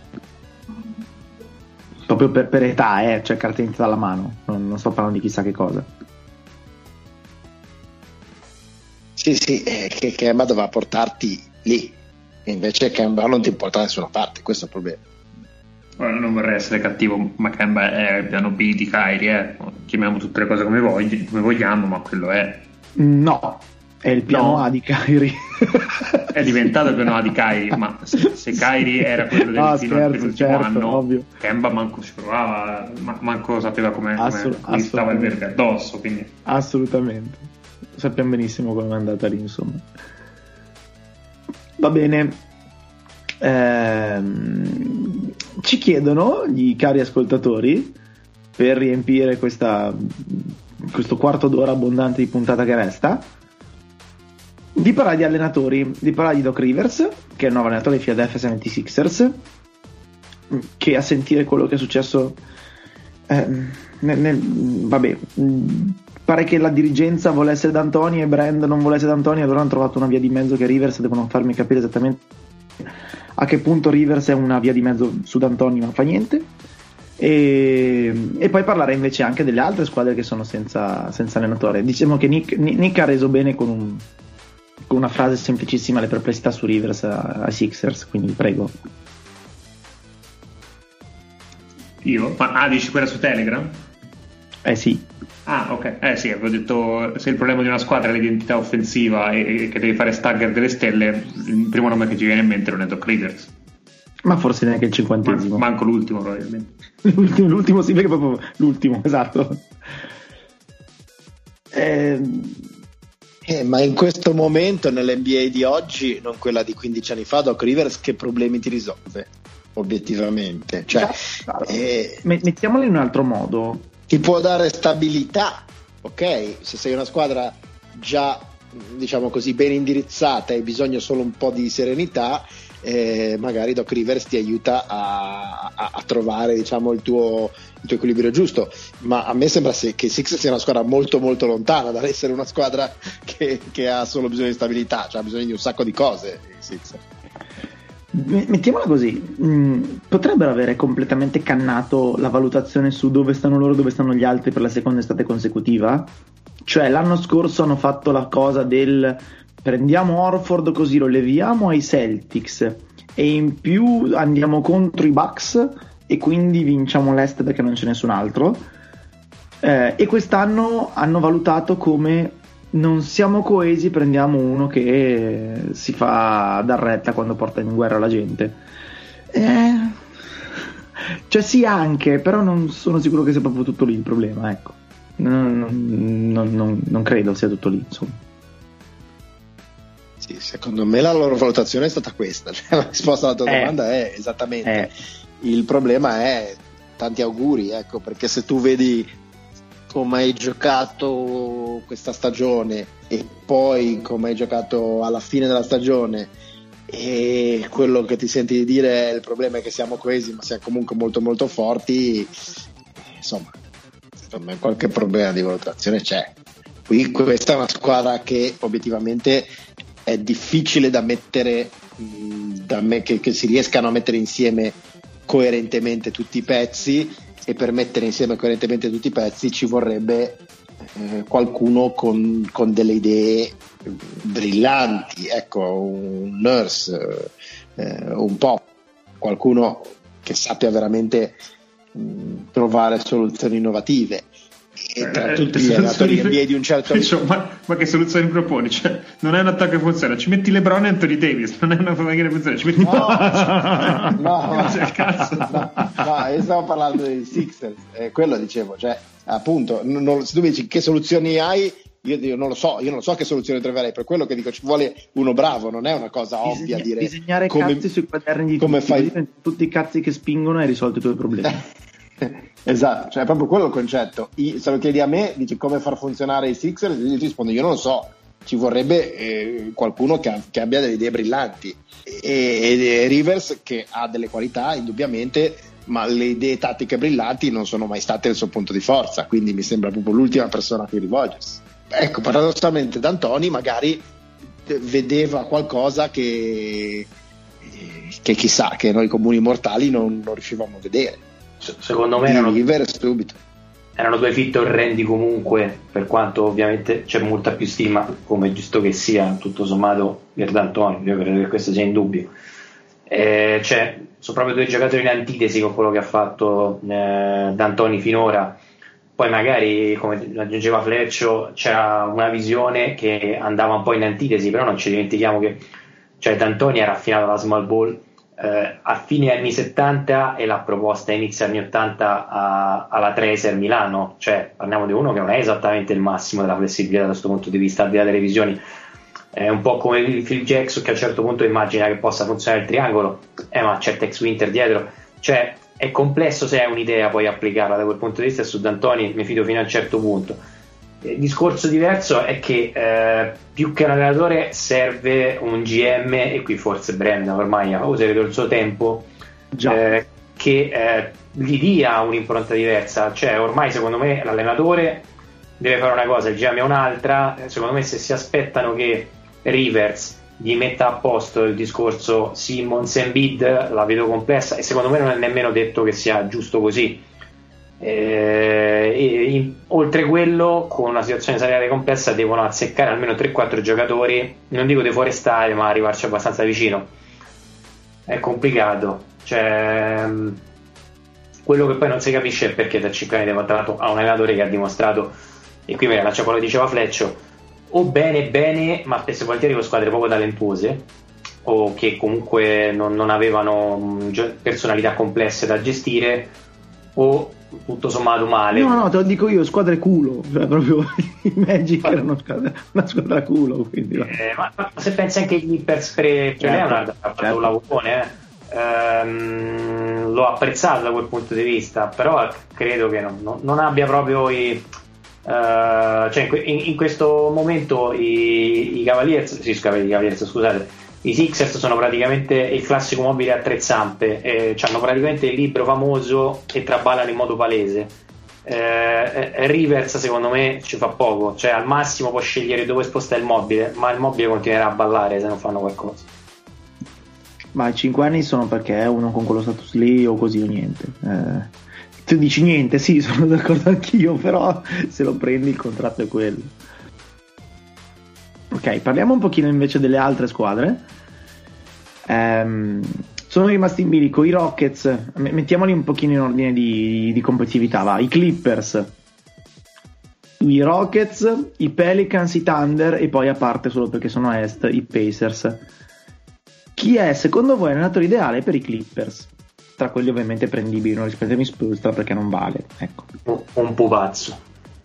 proprio per, per età, eh, cioè carta iniziata alla mano, non, non sto parlando di chissà che cosa. Sì, sì, eh, che Kemba doveva portarti lì, e invece Kemba non ti porta da nessuna parte, questo è il problema. Ora, non vorrei essere cattivo, ma Kemba è il piano B di Kyrie, eh. Chiamiamo tutte le cose come, vogli, come vogliamo, ma quello è. No, È il piano No. A di Kyrie. È diventato il piano A di Kyrie, ma se, se Kyrie era quello del No, fino scherzo, al penultimo certo, anno, ovvio. Kemba manco ci provava, ma- manco sapeva come, Assolut- come gli stava il assolutamente. verde addosso, quindi Assolutamente. Sappiamo benissimo come è andata lì, insomma. Va bene. Ehm, ci chiedono gli cari ascoltatori, per riempire questa, questo quarto d'ora abbondante di puntata che resta, di parlare di allenatori, di parlare di Doc Rivers, che è il nuovo allenatore dei Philadelphia settantasei ers, che a sentire quello che è successo ehm, nel, nel- vabbè, mh, pare che la dirigenza volesse D'Antoni e Brand non volesse D'Antoni, allora hanno trovato una via di mezzo che Rivers, devono farmi capire esattamente a che punto Rivers è una via di mezzo su D'Antoni, ma fa niente. E, e poi parlare invece anche delle altre squadre che sono senza, senza allenatore. Diciamo che Nick, Nick ha reso bene con, un, con una frase semplicissima le perplessità su Rivers ai Sixers, quindi prego. io, ma ah, dici quella su Telegram? Eh sì, Ah, ok. Eh sì, avevo detto se il problema di una squadra è l'identità offensiva e, e che devi fare stagger delle stelle, il primo nome che ci viene in mente non è Doc Rivers. ma forse neanche il Man- cinquantesimo. manco l'ultimo probabilmente. l'ultimo, l'ultimo sì, perché proprio l'ultimo, esatto. Eh, Eh, ma in questo momento nell'N B A di oggi, non quella di quindici anni fa, Doc Rivers che problemi ti risolve obiettivamente? Cioè, esatto. eh, Me- mettiamolo in un altro modo. ti può dare stabilità, ok? Se sei una squadra già, diciamo così, ben indirizzata e hai bisogno solo un po' di serenità, eh, magari Doc Rivers ti aiuta a, a, a trovare, diciamo, il tuo, il tuo equilibrio giusto. Ma a me sembra se, che Sixers sia una squadra molto molto lontana dall'essere una squadra che, che ha solo bisogno di stabilità, cioè ha bisogno di un sacco di cose i Sixers. M- Mettiamola così, mh, potrebbero avere completamente cannato la valutazione su dove stanno loro, dove stanno gli altri per la seconda estate consecutiva. Cioè l'anno scorso hanno fatto la cosa del prendiamo Horford così lo leviamo ai Celtics e in più andiamo contro i Bucks e quindi vinciamo l'Est perché non c'è nessun altro. Eh, e quest'anno hanno valutato come non siamo coesi, prendiamo uno che si fa dar retta quando porta in guerra la gente. Eh, cioè sì anche, però non sono sicuro che sia proprio tutto lì il problema, ecco. Non, non- non- non credo sia tutto lì, insomma. Sì, secondo me la loro valutazione è stata questa, cioè, la risposta alla tua Eh. domanda è esattamente. Eh. Il problema è tanti auguri, ecco, perché se tu vedi come hai giocato questa stagione e poi come hai giocato alla fine della stagione e quello che ti senti di dire è il problema è che siamo coesi ma siamo comunque molto molto forti, insomma, secondo me qualche problema di valutazione c'è. Qui questa è una squadra che obiettivamente è difficile da mettere, mh, da me, che, che si riescano a mettere insieme coerentemente tutti i pezzi, e per mettere insieme coerentemente tutti i pezzi ci vorrebbe eh, qualcuno con, con delle idee brillanti, ecco, un Nurse, eh, un po' qualcuno che sappia veramente mh, trovare soluzioni innovative. E tra Eh, tutti eh, gli allenatori soluzioni- N B A di un certo Cioè, ma, ma che soluzioni proponi? Cioè, non è un attacco che funziona, ci metti LeBron e Anthony Davis, non è una maniera che funziona, ci metti No, no, Cioè, cazzo. no, no, io stavo parlando dei Sixers, eh, quello dicevo, cioè, appunto, non- non- se tu mi dici che soluzioni hai, io, io non lo so, io non so che soluzioni troverei, per quello che dico ci vuole uno bravo, non è una cosa ovvia Disegna- dire disegnare come, cazzi sui quaderni di come tutti, fai- così tutti i cazzi che spingono e hai risolto i tuoi problemi. Esatto, cioè è proprio quello il concetto. I- se lo chiedi a me, dici come far funzionare i Sixers, io ti rispondo io non lo so, ci vorrebbe eh, qualcuno che, ha- che abbia delle idee brillanti e, e Rivers che ha delle qualità indubbiamente, ma le idee tattiche brillanti non sono mai state il suo punto di forza, quindi mi sembra proprio l'ultima persona a cui rivolgersi. Ecco, paradossalmente D'Antoni magari eh, vedeva qualcosa che, che chissà, che noi comuni mortali non, non riuscivamo a vedere. Se- Secondo me Di erano, Rivers subito. erano due fit orrendi comunque, per quanto ovviamente c'è molta più stima, come è giusto che sia, tutto sommato, per D'Antoni, io credo che questo sia in dubbio. Eh, cioè, sono proprio due giocatori in antitesi con quello che ha fatto eh, D'Antoni finora, poi magari, come aggiungeva Fleccio, c'era una visione che andava un po' in antitesi, però non ci dimentichiamo che, cioè, D'Antoni era affinato alla small ball eh, a fine anni settanta e l'ha proposta a inizio anni ottanta a, alla Tracer Milano, cioè parliamo di uno che non è esattamente il massimo della flessibilità da questo punto di vista, al di là delle visioni. È un po' come Phil Jackson, che a un certo punto immagina che possa funzionare il triangolo, eh, ma c'è Tex Winter dietro, cioè è complesso se hai un'idea poi applicarla da quel punto di vista. E su D'Antoni mi fido fino a un certo punto. Il discorso diverso è che eh, più che un allenatore serve un G M, e qui forse Brenda ormai ha usato il suo tempo, eh, che eh, gli dia un'impronta diversa. Cioè ormai secondo me l'allenatore deve fare una cosa, il G M è un'altra. Secondo me se si aspettano che Rivers gli metta a posto il discorso Simmons e Embiid, la vedo complessa, e secondo me non è nemmeno detto che sia giusto così. Eh, e in, oltre quello, con una situazione salariale complessa, devono azzeccare almeno tre quattro giocatori, non dico deforestare, ma arrivarci abbastanza vicino. È complicato, cioè, quello che poi non si capisce è perché da cinque anni abbiamo trattato a un allenatore che ha dimostrato, e qui mi rilaccio quello che diceva Fleccio, o bene bene, ma spesso e volentieri con squadre poco talentuose, o che comunque non, non avevano personalità complesse da gestire, o tutto sommato male. No, no, te lo dico io, squadre culo, cioè proprio i Magic erano una squadra, una squadra culo, quindi, eh, ma, ma se pensi anche ai Clippers pre, pre certo, Leonard, ha fatto certo. un lavorone, eh. ehm, l'ho apprezzato da quel punto di vista, però credo che non, non, non abbia proprio i Uh, cioè in, in questo momento i, i Cavaliers, sì, i Cavaliers, scusate, i Sixers sono praticamente il classico mobile a tre zampe, eh, hanno praticamente il libro famoso e traballano in modo palese. eh, Rivers secondo me ci fa poco, cioè al massimo può scegliere dove spostare il mobile, ma il mobile continuerà a ballare se non fanno qualcosa. Ma i cinque anni sono perché è uno con quello status lì o così o niente. eh Tu dici niente, sì, sono d'accordo anch'io, però se lo prendi il contratto è quello. Ok, parliamo un pochino invece delle altre squadre. Ehm, sono rimasti in bilico i Rockets, mettiamoli un pochino in ordine di, di competitività, va. I Clippers, i Rockets, i Pelicans, i Thunder e poi a parte, solo perché sono a est, i Pacers. Chi è secondo voi l'allenatore ideale per i Clippers? Tra quelli ovviamente prendibili, non rispetto ai Spolstra perché non vale, ecco. Un pupazzo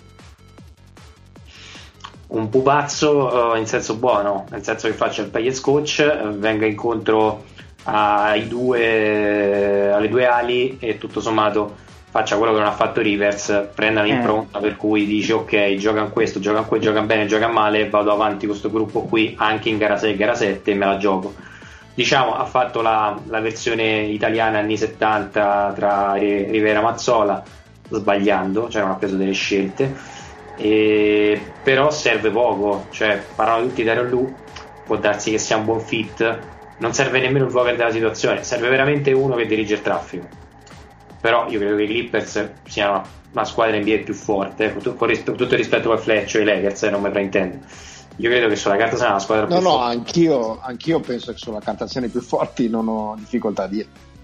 un pupazzo uh, in senso buono, nel senso che faccia il pagliez coach, uh, venga incontro ai due, alle due ali e tutto sommato faccia quello che non ha fatto Rivers, prenda l'impronta eh. per cui dice ok, giocano questo, giocano quello, giocano bene, giocano male, vado avanti con questo gruppo qui anche in gara sei, gara sette e me la gioco. Diciamo, ha fatto la, la versione italiana anni settanta tra Rivera e Mazzola, sbagliando, cioè non ha preso delle scelte, e, però serve poco, cioè parlano tutti di Dario Lu, può darsi che sia un buon fit, non serve nemmeno il Voger della situazione, serve veramente uno che dirige il traffico. Però io credo che i Clippers siano una, una squadra N B A più forte, con tutto, con tutto il rispetto per Fletcher e i Lakers, eh, non mi fraintendo. Io credo che sulla carta sia una squadra no, più no, forte. No, anch'io, anch'io penso che sulla carta siano i più forti, non ho difficoltà a dire.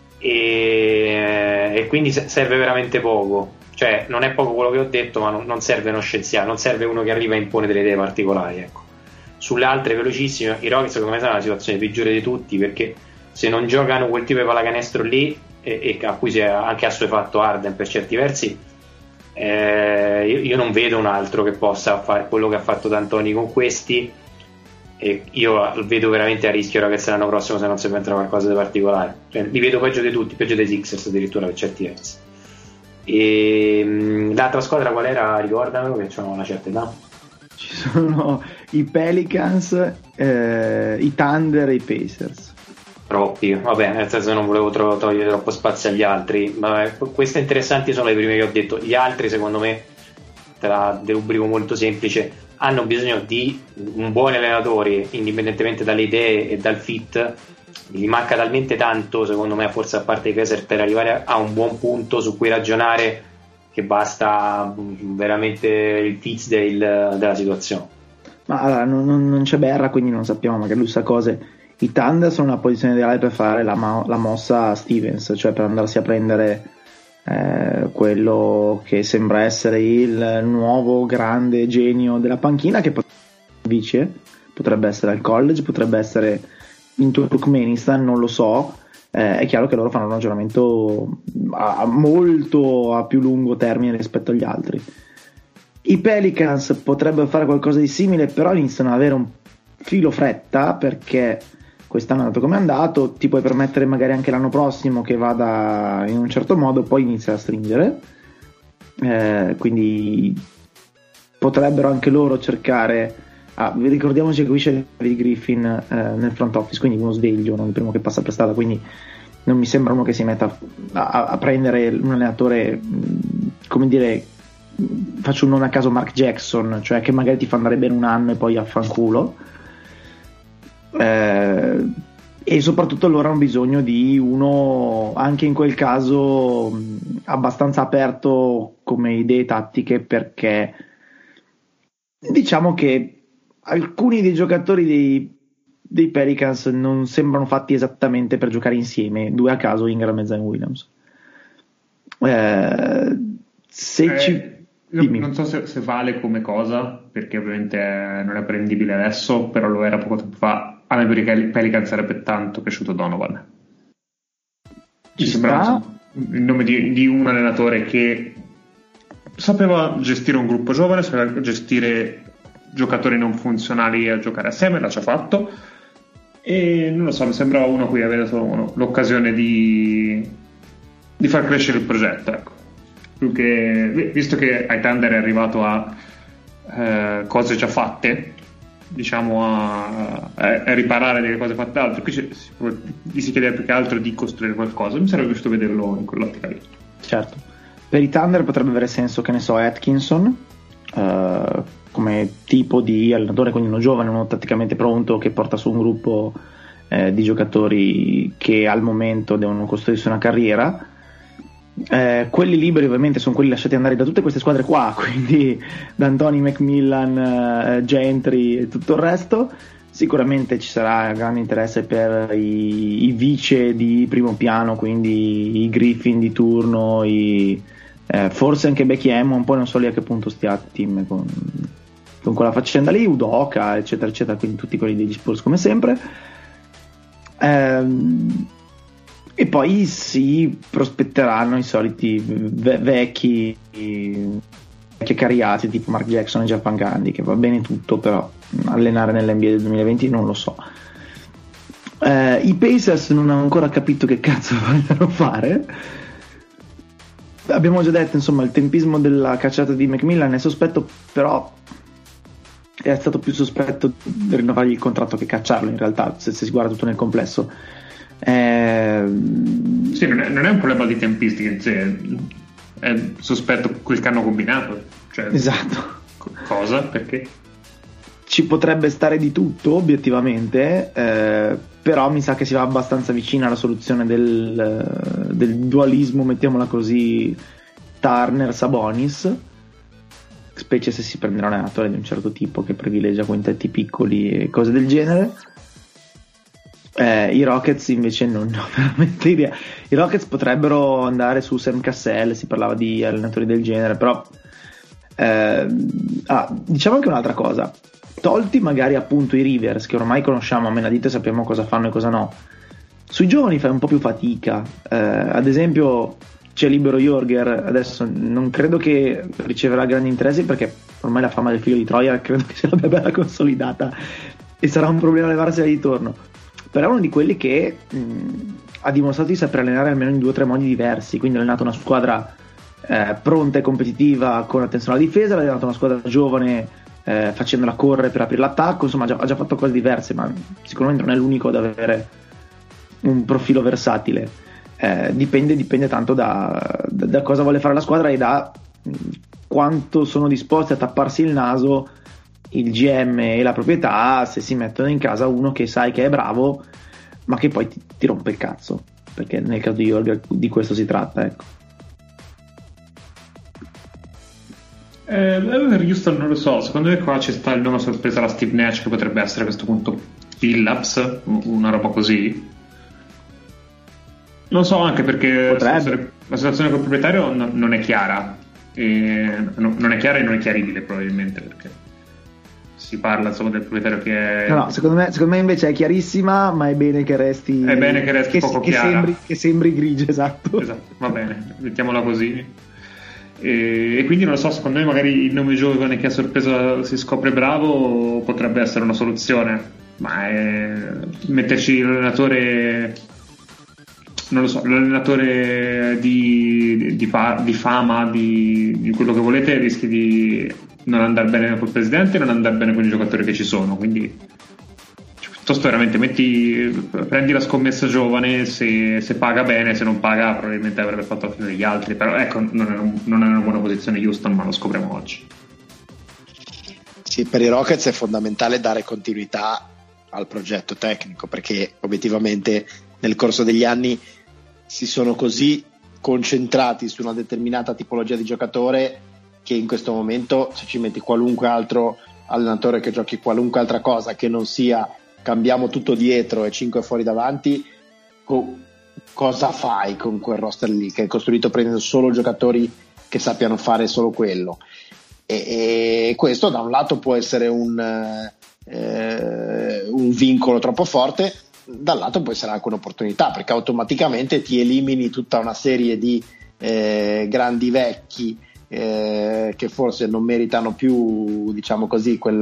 E, e quindi serve veramente poco. Cioè, non è poco quello che ho detto, ma non, non serve uno scienziato, non serve uno che arriva e impone delle idee particolari, ecco. Sulle altre, velocissime, i Rockets secondo me sono una situazione peggiore di tutti, perché se non giocano quel tipo di pallacanestro lì, e, e a cui si è anche assuefatto Harden per certi versi, Eh, io, io non vedo un altro che possa fare quello che ha fatto D'Antoni con questi, e io vedo veramente a rischio Rockets l'anno prossimo se non si inventano qualcosa di particolare, cioè, li vedo peggio di tutti, peggio dei Sixers addirittura per certi versi. E mh, l'altra squadra qual era? Ricordano che c'hanno una certa età. Ci sono i Pelicans, eh, i Thunder e i Pacers. Troppi, vabbè, nel senso non volevo tro- togliere troppo spazio agli altri, ma queste interessanti sono le prime che ho detto. Gli altri secondo me, te la derubrico molto semplice, hanno bisogno di un buon allenatore indipendentemente dalle idee e dal fit. Gli manca talmente tanto secondo me, forse a parte i Pacers, per arrivare a un buon punto su cui ragionare, che basta veramente il Fitzdale della situazione. Ma allora non, non, non c'è Berra, quindi non sappiamo, magari lui sa cose. I Thunder sono una posizione ideale per fare la, ma- la mossa a Stevens, cioè per andarsi a prendere eh, quello che sembra essere il nuovo grande genio della panchina, che potrebbe essere vice, potrebbe essere al college, potrebbe essere in Turkmenistan, non lo so. Eh, è chiaro che loro fanno un ragionamento a, a molto a più lungo termine rispetto agli altri. I Pelicans potrebbero fare qualcosa di simile, però iniziano ad avere un filo fretta, perché quest'anno è andato come è andato, ti puoi permettere magari anche l'anno prossimo che vada in un certo modo, poi inizia a stringere, eh, quindi potrebbero anche loro cercare. Ah, ricordiamoci che qui c'è David Griffin eh, nel front office, quindi uno sveglio, non il primo che passa per strada, quindi non mi sembra uno che si metta a, a prendere un allenatore, come dire, faccio un nome a caso, Mark Jackson, cioè che magari ti fa andare bene un anno e poi affanculo, eh, e soprattutto loro hanno bisogno di uno anche in quel caso abbastanza aperto come idee tattiche, perché diciamo che alcuni dei giocatori dei, dei Pelicans non sembrano fatti esattamente per giocare insieme, due a caso, Ingram e Zion Williams. Eh, se eh, ci non, non so se, se vale come cosa, perché ovviamente non è prendibile adesso, però lo era poco tempo fa. A me per i Pelicans sarebbe tanto piaciuto Donovan. Ci sembrava il nome di, di un allenatore che sapeva gestire un gruppo giovane, sapeva gestire giocatori non funzionali a giocare assieme, l'ha già fatto, e non lo so, mi sembrava uno a cui aveva solo uno, l'occasione di, di far crescere il progetto, ecco. Più che, visto che ai Thunder è arrivato a eh, cose già fatte, diciamo a, a, a riparare delle cose fatte altro, qui si, gli si chiede più che altro di costruire qualcosa. Mi sarebbe piaciuto vederlo in quell'ottica lì. Certo, per i Thunder potrebbe avere senso, che ne so, Atkinson uh, come tipo di allenatore, quindi uno giovane, uno tatticamente pronto, che porta su un gruppo eh, di giocatori che al momento devono costruirsi una carriera. Eh, quelli liberi ovviamente sono quelli lasciati andare da tutte queste squadre qua, quindi D'Antoni, McMillan, eh, Gentry e tutto il resto. Sicuramente ci sarà grande interesse per i, i vice di primo piano, quindi i Griffin di turno, i, eh, forse anche Becky Hammond, poi non so lì a che punto stia il team con, con quella faccenda lì, Udoka eccetera eccetera, quindi tutti quelli degli Spurs come sempre. ehm E poi si prospetteranno i soliti ve- vecchi vecchi cariati tipo Mark Jackson e Jeff Van Gundy, che va bene tutto, però allenare nell'N B A del duemilaventi non lo so. Eh, I Pacers non hanno ancora capito che cazzo vogliono fare. Abbiamo già detto, insomma, il tempismo della cacciata di McMillan è sospetto, però è stato più sospetto di rinnovargli il contratto che cacciarlo, in realtà, se, se si guarda tutto nel complesso. Eh... Sì, non è, non è un problema di tempistica in sé, è sospetto quel che hanno combinato, cioè, esatto. Cosa? Perché? Ci potrebbe stare di tutto obiettivamente, eh, però mi sa che si va abbastanza vicino alla soluzione del, del dualismo, mettiamola così, Turner-Sabonis, specie se si prenderà un allenatore di un certo tipo che privilegia quintetti piccoli e cose del genere. Eh, I Rockets invece non ho veramente idea. I Rockets potrebbero andare su Sam Cassell, si parlava di allenatori del genere, però eh, ah, diciamo anche un'altra cosa, tolti magari appunto i Rivers, che ormai conosciamo a menadito e sappiamo cosa fanno e cosa no, sui giovani fai un po' più fatica. Eh, ad esempio c'è libero Jorger, adesso non credo che riceverà grandi interessi, perché ormai la fama del figlio di Troia credo che ce l'abbia bella consolidata e sarà un problema levarsela di torno. Però è uno di quelli che mh, ha dimostrato di saper allenare almeno in due o tre modi diversi, quindi ha allenato una squadra eh, pronta e competitiva con attenzione alla difesa, ha allenato una squadra giovane eh, facendola correre per aprire l'attacco, insomma ha già, ha già fatto cose diverse, ma sicuramente non è l'unico ad avere un profilo versatile. Eh, dipende, dipende tanto da, da, da cosa vuole fare la squadra e da mh, quanto sono disposti a tapparsi il naso il G M e la proprietà se si mettono in casa uno che sai che è bravo ma che poi ti, ti rompe il cazzo, perché nel caso di Jorger di questo si tratta, ecco. Eh, per Houston non lo so, secondo me qua ci sta il nome sorpresa la Steve Nash, che potrebbe essere a questo punto Billups, una roba così, non so, anche perché potrebbe. sarebbe, la situazione col proprietario no, non è chiara, e no, non è chiara e non è chiaribile probabilmente, perché si parla insomma del proprietario che è... No, no, secondo me, secondo me invece è chiarissima, ma è bene che resti, è bene che resti che, poco che chiara. Sembri, che sembri grigia, esatto. Esatto, va bene, mettiamola così. E, e quindi non lo so, secondo me magari il nome giovane che a sorpresa si scopre bravo potrebbe essere una soluzione, ma è... metterci l'allenatore, non lo so, l'allenatore di, di, di, fa, di fama, di, di quello che volete, rischi di non andare bene col presidente e non andare bene con i giocatori che ci sono, quindi piuttosto veramente metti, prendi la scommessa giovane, se, se paga bene, se non paga probabilmente avrebbe fatto la fine degli altri, però ecco, non è, un, non è una buona posizione Houston, ma lo scopriamo oggi. Sì, per i Rockets è fondamentale dare continuità al progetto tecnico, perché obiettivamente nel corso degli anni si sono così concentrati su una determinata tipologia di giocatore che in questo momento, se ci metti qualunque altro allenatore che giochi qualunque altra cosa che non sia cambiamo tutto dietro e cinque fuori davanti, co- cosa fai con quel roster lì che è costruito prendendo solo giocatori che sappiano fare solo quello? E, e questo da un lato può essere un, eh, un vincolo troppo forte, dall'altro può essere anche un'opportunità, perché automaticamente ti elimini tutta una serie di eh, grandi vecchi eh, che forse non meritano più, diciamo così, quel,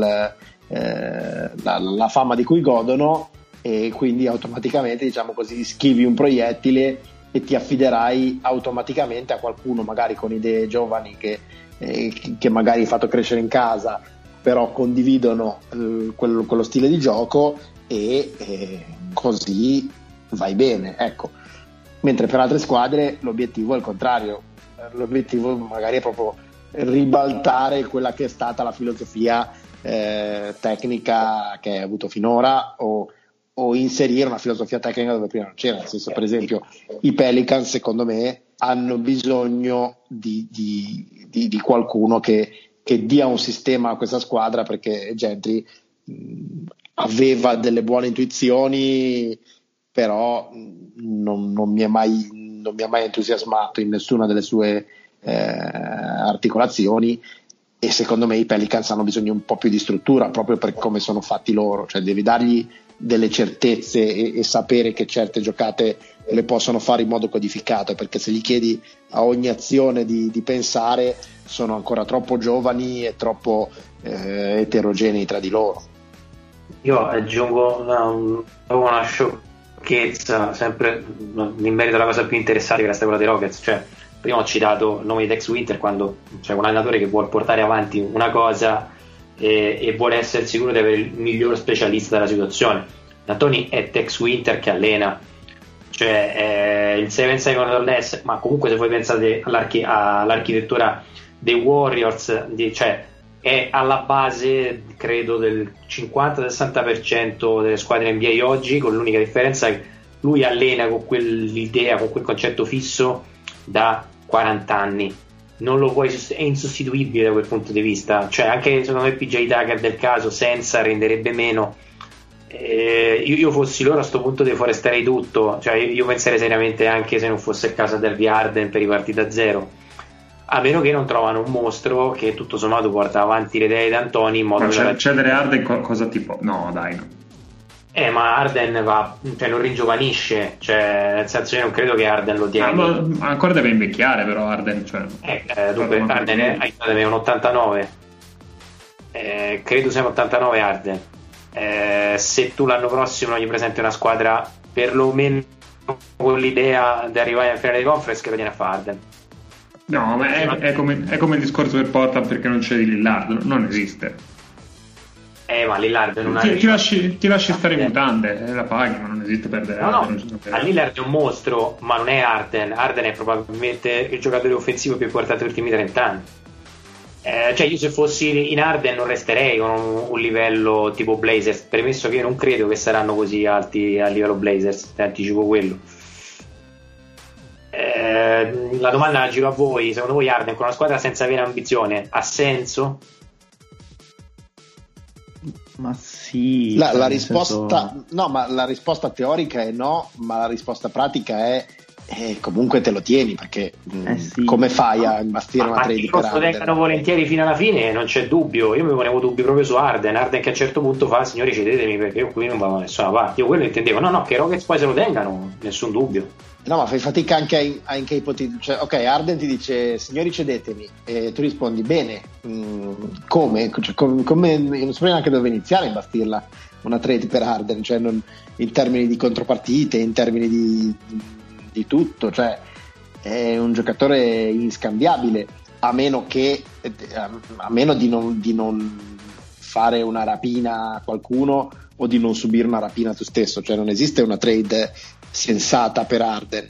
eh, la, la fama di cui godono, e quindi automaticamente, diciamo così, schivi un proiettile e ti affiderai automaticamente a qualcuno magari con idee giovani che, eh, che magari hai fatto crescere in casa, però condividono eh, quello, quello stile di gioco, e eh, così vai bene, ecco. Mentre per altre squadre l'obiettivo è il contrario, l'obiettivo magari è proprio ribaltare quella che è stata la filosofia eh, tecnica che hai avuto finora, o, o inserire una filosofia tecnica dove prima non c'era, nel senso, per esempio i Pelicans secondo me hanno bisogno di, di, di, di qualcuno che, che dia un sistema a questa squadra, perché Gentry mh, aveva delle buone intuizioni, però non, non, mi è mai, non mi ha mai entusiasmato in nessuna delle sue eh, articolazioni, e secondo me i Pelicans hanno bisogno un po' più di struttura, proprio per come sono fatti loro, cioè devi dargli delle certezze e, e sapere che certe giocate le possono fare in modo codificato, perché se gli chiedi a ogni azione di, di pensare, sono ancora troppo giovani e troppo eh, eterogenei tra di loro. Io aggiungo una, una sciocchezza, sempre in merito alla cosa più interessante, che resta quella dei Rockets. Cioè, prima ho citato il nome di Tex Winter, quando c'è un allenatore che vuole portare avanti una cosa e, e vuole essere sicuro di avere il miglior specialista della situazione. D'Antoni è Tex Winter che allena, cioè eh, il sei Second Less, ma comunque se voi pensate all'archi- all'architettura dei Warriors, di, cioè è alla base credo del cinquanta sessanta per cento delle squadre N B A oggi, con l'unica differenza che lui allena con quell'idea, con quel concetto fisso da quaranta anni, non lo puoi, è insostituibile da quel punto di vista. Cioè anche secondo me P J Tucker del caso senza renderebbe meno. Eh, io, io fossi loro a sto punto deforesterei tutto, cioè io, io penserei seriamente, anche se non fosse il caso del Harden, per ripartire da zero, a meno che non trovano un mostro che tutto sommato porta avanti le idee di D'Antoni in modo. Ma c'è, da... cedere Harden co- cosa tipo? No dai, no. Eh, ma Harden va, cioè non ringiovanisce, cioè nel senso io non credo che Harden lo tieni. Ah, ma ancora deve invecchiare però Harden, cioè. Eh, eh dunque Harden è, è un ottantanove, eh, credo sia un ottantanove Harden. Eh, se tu l'anno prossimo non gli presenti una squadra perlomeno con l'idea di arrivare in finale di conference, che lo tiene a fare Harden. No, ma è, è, come, è come il discorso del Portland perché non c'è di Lillard, non esiste. Eh, ma Lillard non ti, ha ti, lasci, ti lasci stare in mutande, eh, la paghi, ma non esiste perdere. No, no, Harden, a Lillard è un mostro, ma non è Harden. Harden è probabilmente il giocatore offensivo più importante degli ultimi trent'anni. Eh, cioè io se fossi in Harden non resterei con un, un livello tipo Blazers, premesso che io non credo che saranno così alti a livello Blazers, ti anticipo quello. Eh, la domanda la giro a voi: secondo voi Harden con una squadra senza vera ambizione ha senso? Ma sì, la, la risposta senso... no, ma la risposta teorica è no, ma la risposta pratica è e comunque te lo tieni, perché Eh sì. come fai a imbastire Ma una trade per lo tengano Harden? volentieri fino alla fine, non c'è dubbio. Io mi ponevo dubbi proprio su Harden. Harden che a un certo punto fa: signori, cedetemi perché io qui non vado da nessuna parte. Io quello intendevo. No, no, che i Rockets poi se lo tengano, nessun dubbio. No, ma fai fatica anche a, anche a ipotizzare, cioè, ok, Harden ti dice signori cedetemi, e tu rispondi bene, mh, come? Cioè, com- come? Io non so neanche dove iniziare a imbastirla una trade per Harden, cioè non, in termini di contropartite, in termini di, di tutto, cioè è un giocatore inscambiabile, a meno che a meno di non, di non fare una rapina a qualcuno o di non subire una rapina tu stesso, cioè non esiste una trade sensata per Harden.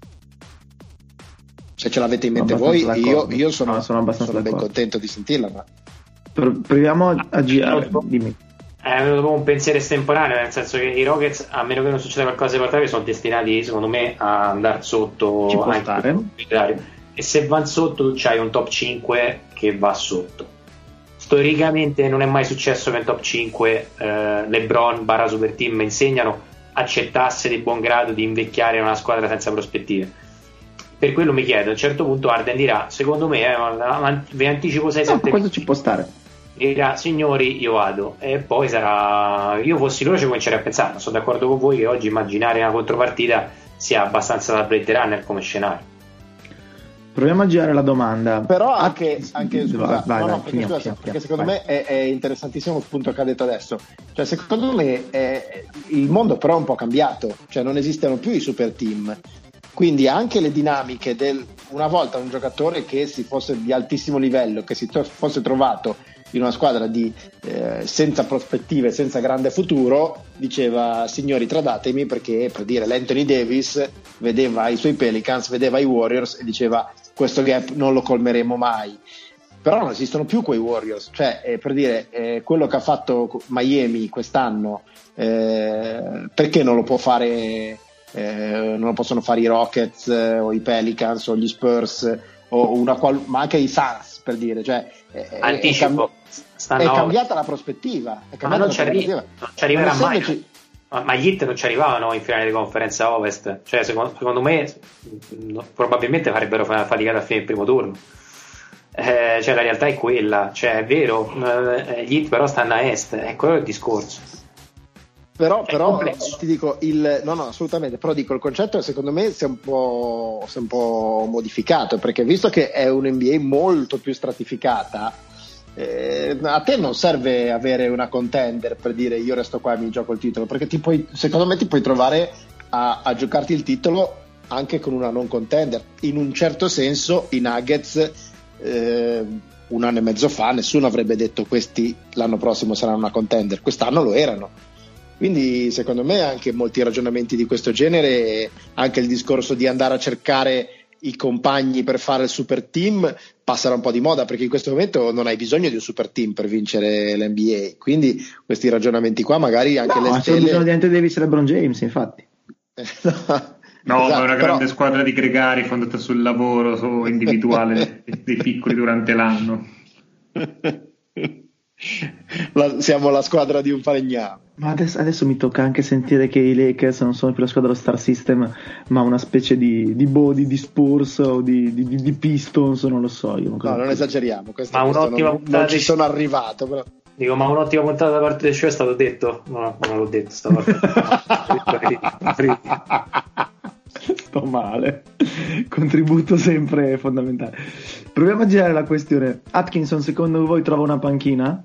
Se ce l'avete in mente voi, io, io sono, no, sono, abbastanza sono ben d'accordo. contento di sentirla, ma... Proviamo a girare, dimmi. È venuto un pensiero estemporaneo, nel senso che i Rockets, a meno che non succeda qualcosa di particolare, sono destinati secondo me a andare sotto. Ci può anche stare. E se van sotto tu c'hai un top cinque che va sotto. Storicamente non è mai successo che in top cinque eh, LeBron barra super team insegnano accettasse di buon grado di invecchiare in una squadra senza prospettive. Per quello mi chiedo, a un certo punto Harden dirà, secondo me eh, vi anticipo sei sette, no, questo ci può stare, dirà signori io vado, e poi sarà, io fossi loro ci comincerei a pensare. Non sono d'accordo con voi che oggi immaginare una contropartita sia abbastanza da Blade Runner come scenario. proviamo a girare la domanda. Però anche, ah, anche scusa, vai, vai, no, no, vai, perché, finiamo, scusa, finiamo, perché finiamo, secondo vai. me è, è interessantissimo il punto che ha detto adesso, cioè secondo me è, il mondo però è un po' cambiato, cioè non esistono più i super team, quindi anche le dinamiche del una volta un giocatore che si fosse di altissimo livello, che si to- fosse trovato in una squadra di eh, senza prospettive, senza grande futuro, diceva signori tradatemi, perché per dire l'Anthony Davis vedeva i suoi Pelicans, vedeva i Warriors e diceva questo gap non lo colmeremo mai. Però non esistono più quei Warriors, cioè eh, per dire eh, quello che ha fatto Miami quest'anno, eh, perché non lo può fare, eh, non lo possono fare i Rockets eh, o i Pelicans o gli Spurs o una qual- ma anche i Suns, per dire, cioè è, anticipo è, cam- è cambiata la prospettiva, è ma non la ci, arri- non ci arriverà non mai essendoci... ma, ma gli Heat non ci arrivavano in finale di conferenza Ovest, cioè secondo, secondo me no, probabilmente farebbero faticata a fine il primo turno. Eh, cioè la realtà è quella, cioè è vero, eh, gli Heat però stanno a est, è quello il discorso. Però, È però complesso. ti dico il no no assolutamente, però dico il concetto secondo me si è un po' si è un po' modificato, perché visto che è un N B A molto più stratificata, eh, a te non serve avere una contender per dire io resto qua e mi gioco il titolo, perché ti puoi, secondo me ti puoi trovare a, a giocarti il titolo anche con una non contender. In un certo senso i Nuggets eh, un anno e mezzo fa nessuno avrebbe detto questi l'anno prossimo saranno una contender, quest'anno lo erano. Quindi secondo me anche molti ragionamenti di questo genere, anche il discorso di andare a cercare i compagni per fare il super team passerà un po' di moda, perché in questo momento non hai bisogno di un super team per vincere l'N B A, quindi questi ragionamenti qua magari anche no, le ma stelle... c'è bisogno di Anthony Davis e LeBron James, infatti. no, No, esatto, ma è una grande però... squadra di gregari fondata sul lavoro su individuale dei, dei piccoli durante l'anno. La, siamo la squadra di un falegname. Ma adesso, adesso mi tocca anche sentire che i Lakers non sono più la squadra dello Star System, ma una specie di, di body di Spurs o di, di, di Pistons, non lo so. Io non No, non esageriamo, questo, Ma questo un'ottima non, puntata non ci di- sono arrivato. Però. Dico, ma un'ottima puntata da parte del show è stato detto? No, non l'ho detto, stavo Sto male. Contributo sempre fondamentale. Proviamo a girare la questione. Atkinson, secondo voi trova una panchina?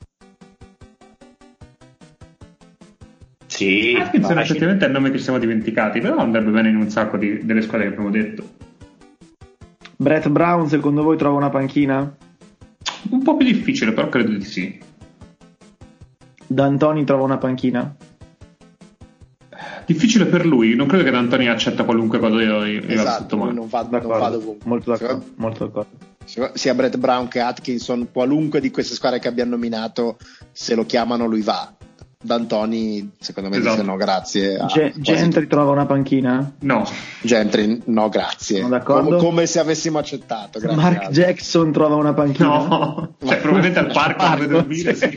Sì, Atkinson ma- effettivamente è il nome che ci siamo dimenticati, però andrebbe bene in un sacco di, delle squadre che abbiamo detto. Brett Brown, secondo voi trova una panchina? Un po' più difficile, però credo di sì. D'Antoni trova una panchina? Difficile per lui, non credo che D'Antoni accetta qualunque cosa io, io Esatto, lui non va, non va dovunque. Molto d'accordo, Secondo- molto d'accordo. sia Brett Brown che Atkinson, qualunque di queste squadre che abbiamo nominato, se lo chiamano lui va. D'Antoni secondo me Esatto. dice no grazie a Ge- quasi Gentry tutti. trova una panchina? No, Gentry no grazie. Sono d'accordo. come, come se avessimo accettato, grazie Mark Aldo. Jackson trova una panchina? no, cioè probabilmente al parco dove dormire sì.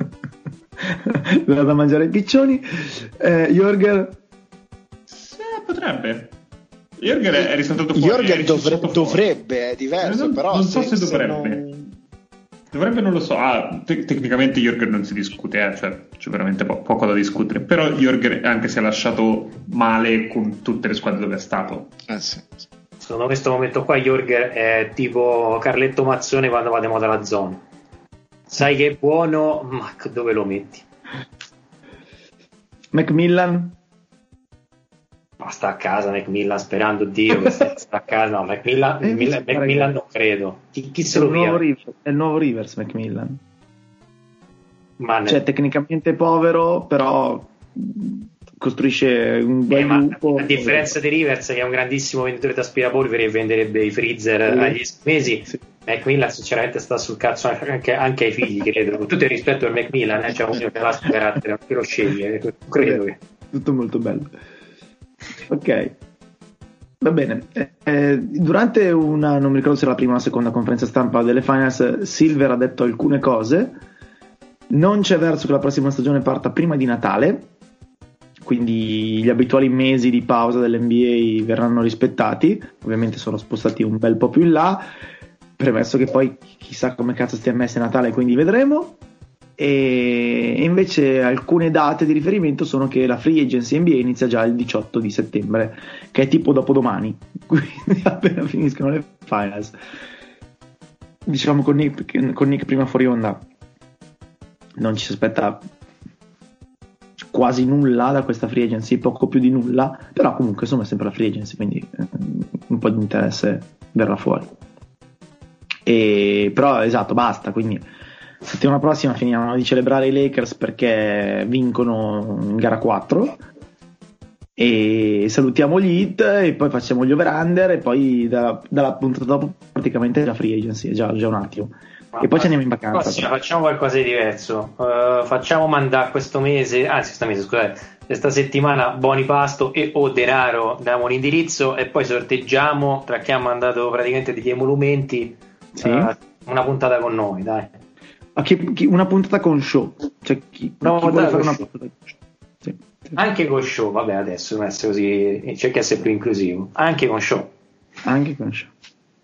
Dove da mangiare i piccioni. eh, Jorger? potrebbe. Jürgen è risaltato fuori. Jürgen dovre- dovrebbe, è diverso, non, però non so se, se dovrebbe. Se non... Dovrebbe, non lo so. Ah, te- tecnicamente Jürgen non si discute, eh, cioè c'è veramente po- poco da discutere. Però Jürgen, anche se ha lasciato male con tutte le squadre dove è stato. Eh sì. Secondo questo momento qua Jürgen è tipo Carletto Mazzone quando va di moda la zona. Sai che è buono, ma dove lo metti? Macmillan? Ma sta a casa Macmillan, sperando Dio che sta a casa. No, Macmillan, Eh, Macmillan, mi Macmillan pare non credo. Chi, chi È se il, lo nuovo via? Rivers, è il nuovo Rivers Macmillan. Ma ne- Cioè, tecnicamente povero, però mh, costruisce un eh, bel ma gruppo. a differenza di Rivers, che è un grandissimo venditore d'aspirapolvere e venderebbe i freezer Sì. agli mesi, Sì. Macmillan sinceramente sta sul cazzo anche, anche ai figli, credo. Con tutto il rispetto per Macmillan, eh, cioè uno che ha sto carattere, che lo sceglie, eh, credo che... Tutto molto bello. Ok. Va bene. Eh, eh, durante una, non mi ricordo se era la prima o la seconda conferenza stampa delle Finals, Silver ha detto alcune cose. Non c'è verso che la prossima stagione parta prima di Natale, quindi gli abituali mesi di pausa dell'N B A verranno rispettati. Ovviamente sono spostati un bel po' più in là, premesso che poi chissà come cazzo stia messa Natale, quindi vedremo. E invece alcune date di riferimento sono che la free agency N B A inizia già il diciotto di settembre, che è tipo dopodomani, quindi appena finiscono le finals. Diciamo con Nick, con Nick prima fuori onda non ci si aspetta quasi nulla da questa free agency, poco più di nulla, però comunque insomma è sempre la free agency, quindi eh, un po' di interesse verrà fuori. E però esatto, basta, quindi settimana prossima finiamo di celebrare i Lakers perché vincono in gara quattro e salutiamo gli Heat e poi facciamo gli over-under e poi da, dalla puntata dopo praticamente la free agency, è già, già un attimo. Ma e poi ci andiamo in vacanza. Prossima, facciamo qualcosa di diverso. Uh, facciamo mandare questo mese, anzi, questo mese, scusate, questa settimana buoni pasto e o denaro, diamo un indirizzo e poi sorteggiamo tra chi ha mandato praticamente degli emolumenti. Sì. Uh, una puntata con noi, dai. Ma chi, chi, una puntata con show, cioè chi, Una chi vuole puntata fare con una show. puntata con show. Sì, sì. Anche con show, vabbè, adesso non essere così, cerca di essere più inclusivo. Anche con show. Anche con show.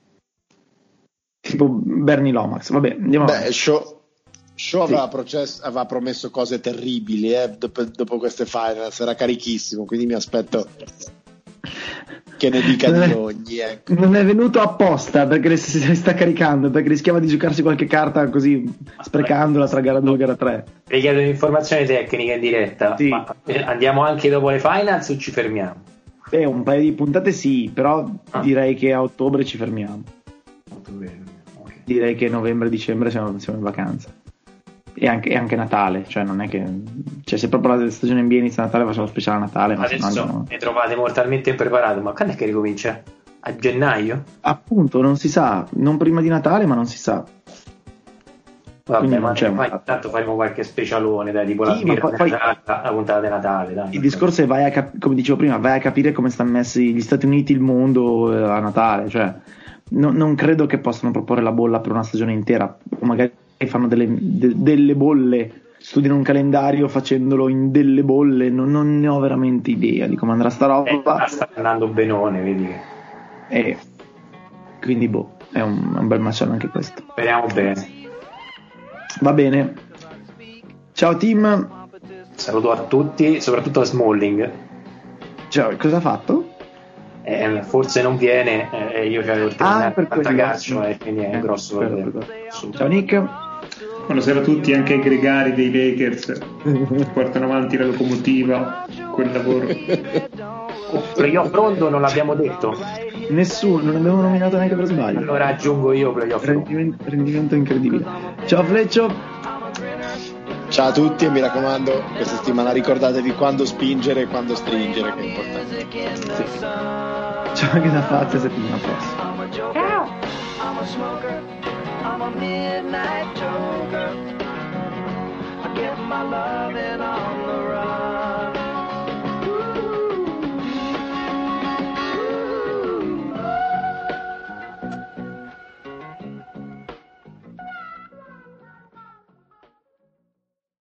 Tipo Bernie Lomax, vabbè, andiamo Beh, avanti. show, show Sì. aveva, processo, aveva promesso cose terribili eh, dopo, dopo queste finals, era carichissimo, quindi mi aspetto che ne dica Non è- di ogni. Ecco. Non è venuto apposta perché si si sta caricando, perché rischiava di giocarsi qualche carta così sprecandola tra gara due e gara tre. Richiedo un'informazione tecnica in diretta, Sì. ma eh, andiamo anche dopo le finals o ci fermiamo? Beh, un paio di puntate sì, però Ah. direi che a ottobre ci fermiamo. Molto bene, ok. Direi che novembre e dicembre siamo, siamo in vacanza. E anche, e anche Natale, cioè non è che. Cioè, se proprio la stagione N B A inizia a Natale, facciamo speciale a Natale, ma se no Adesso andiamo- mi trovate mortalmente impreparato, ma quando è che ricomincia? A gennaio? Appunto, non si sa, non prima di Natale, ma non si sa. Vabbè, Quindi ma non c'è poi un- tanto faremo qualche specialone, dai, tipo la Sì, ma birra poi- di Natale, la puntata di Natale, dai. Il discorso è, vai a cap- come dicevo prima, vai a capire come stanno messi gli Stati Uniti, il mondo eh, a Natale, cioè no- non credo che possano proporre la bolla per una stagione intera, o magari fanno delle, de- delle bolle, studiano un calendario facendolo in delle bolle, non, non ne ho veramente idea di come andrà sta Eh, roba, sta andando benone, vedi che e quindi boh, è un, un bel macello anche questo. speriamo bene. Va bene, ciao team. Saluto a tutti, soprattutto a Smalling. Ciao, cosa ha fatto? Eh, forse non viene, eh, io c'avevo il Ah, per trent'anni quello. calcio e quindi è Eh, grosso per per quello. su. Ciao Nick. Buonasera a tutti, anche ai gregari dei Lakers portano avanti la locomotiva, quel lavoro. Playoff rondo non l'abbiamo detto, Nessuno, non abbiamo nominato neanche per sbaglio. allora aggiungo io playoff rondo. Rendimento, rendimento incredibile. Ciao Fleccio. Ciao a tutti e mi raccomando, questa settimana ricordatevi quando spingere e quando stringere, che è importante. Ciao anche da Fazia, settimana prossima. I'm a smoker, I'm a midnight joker. I get my love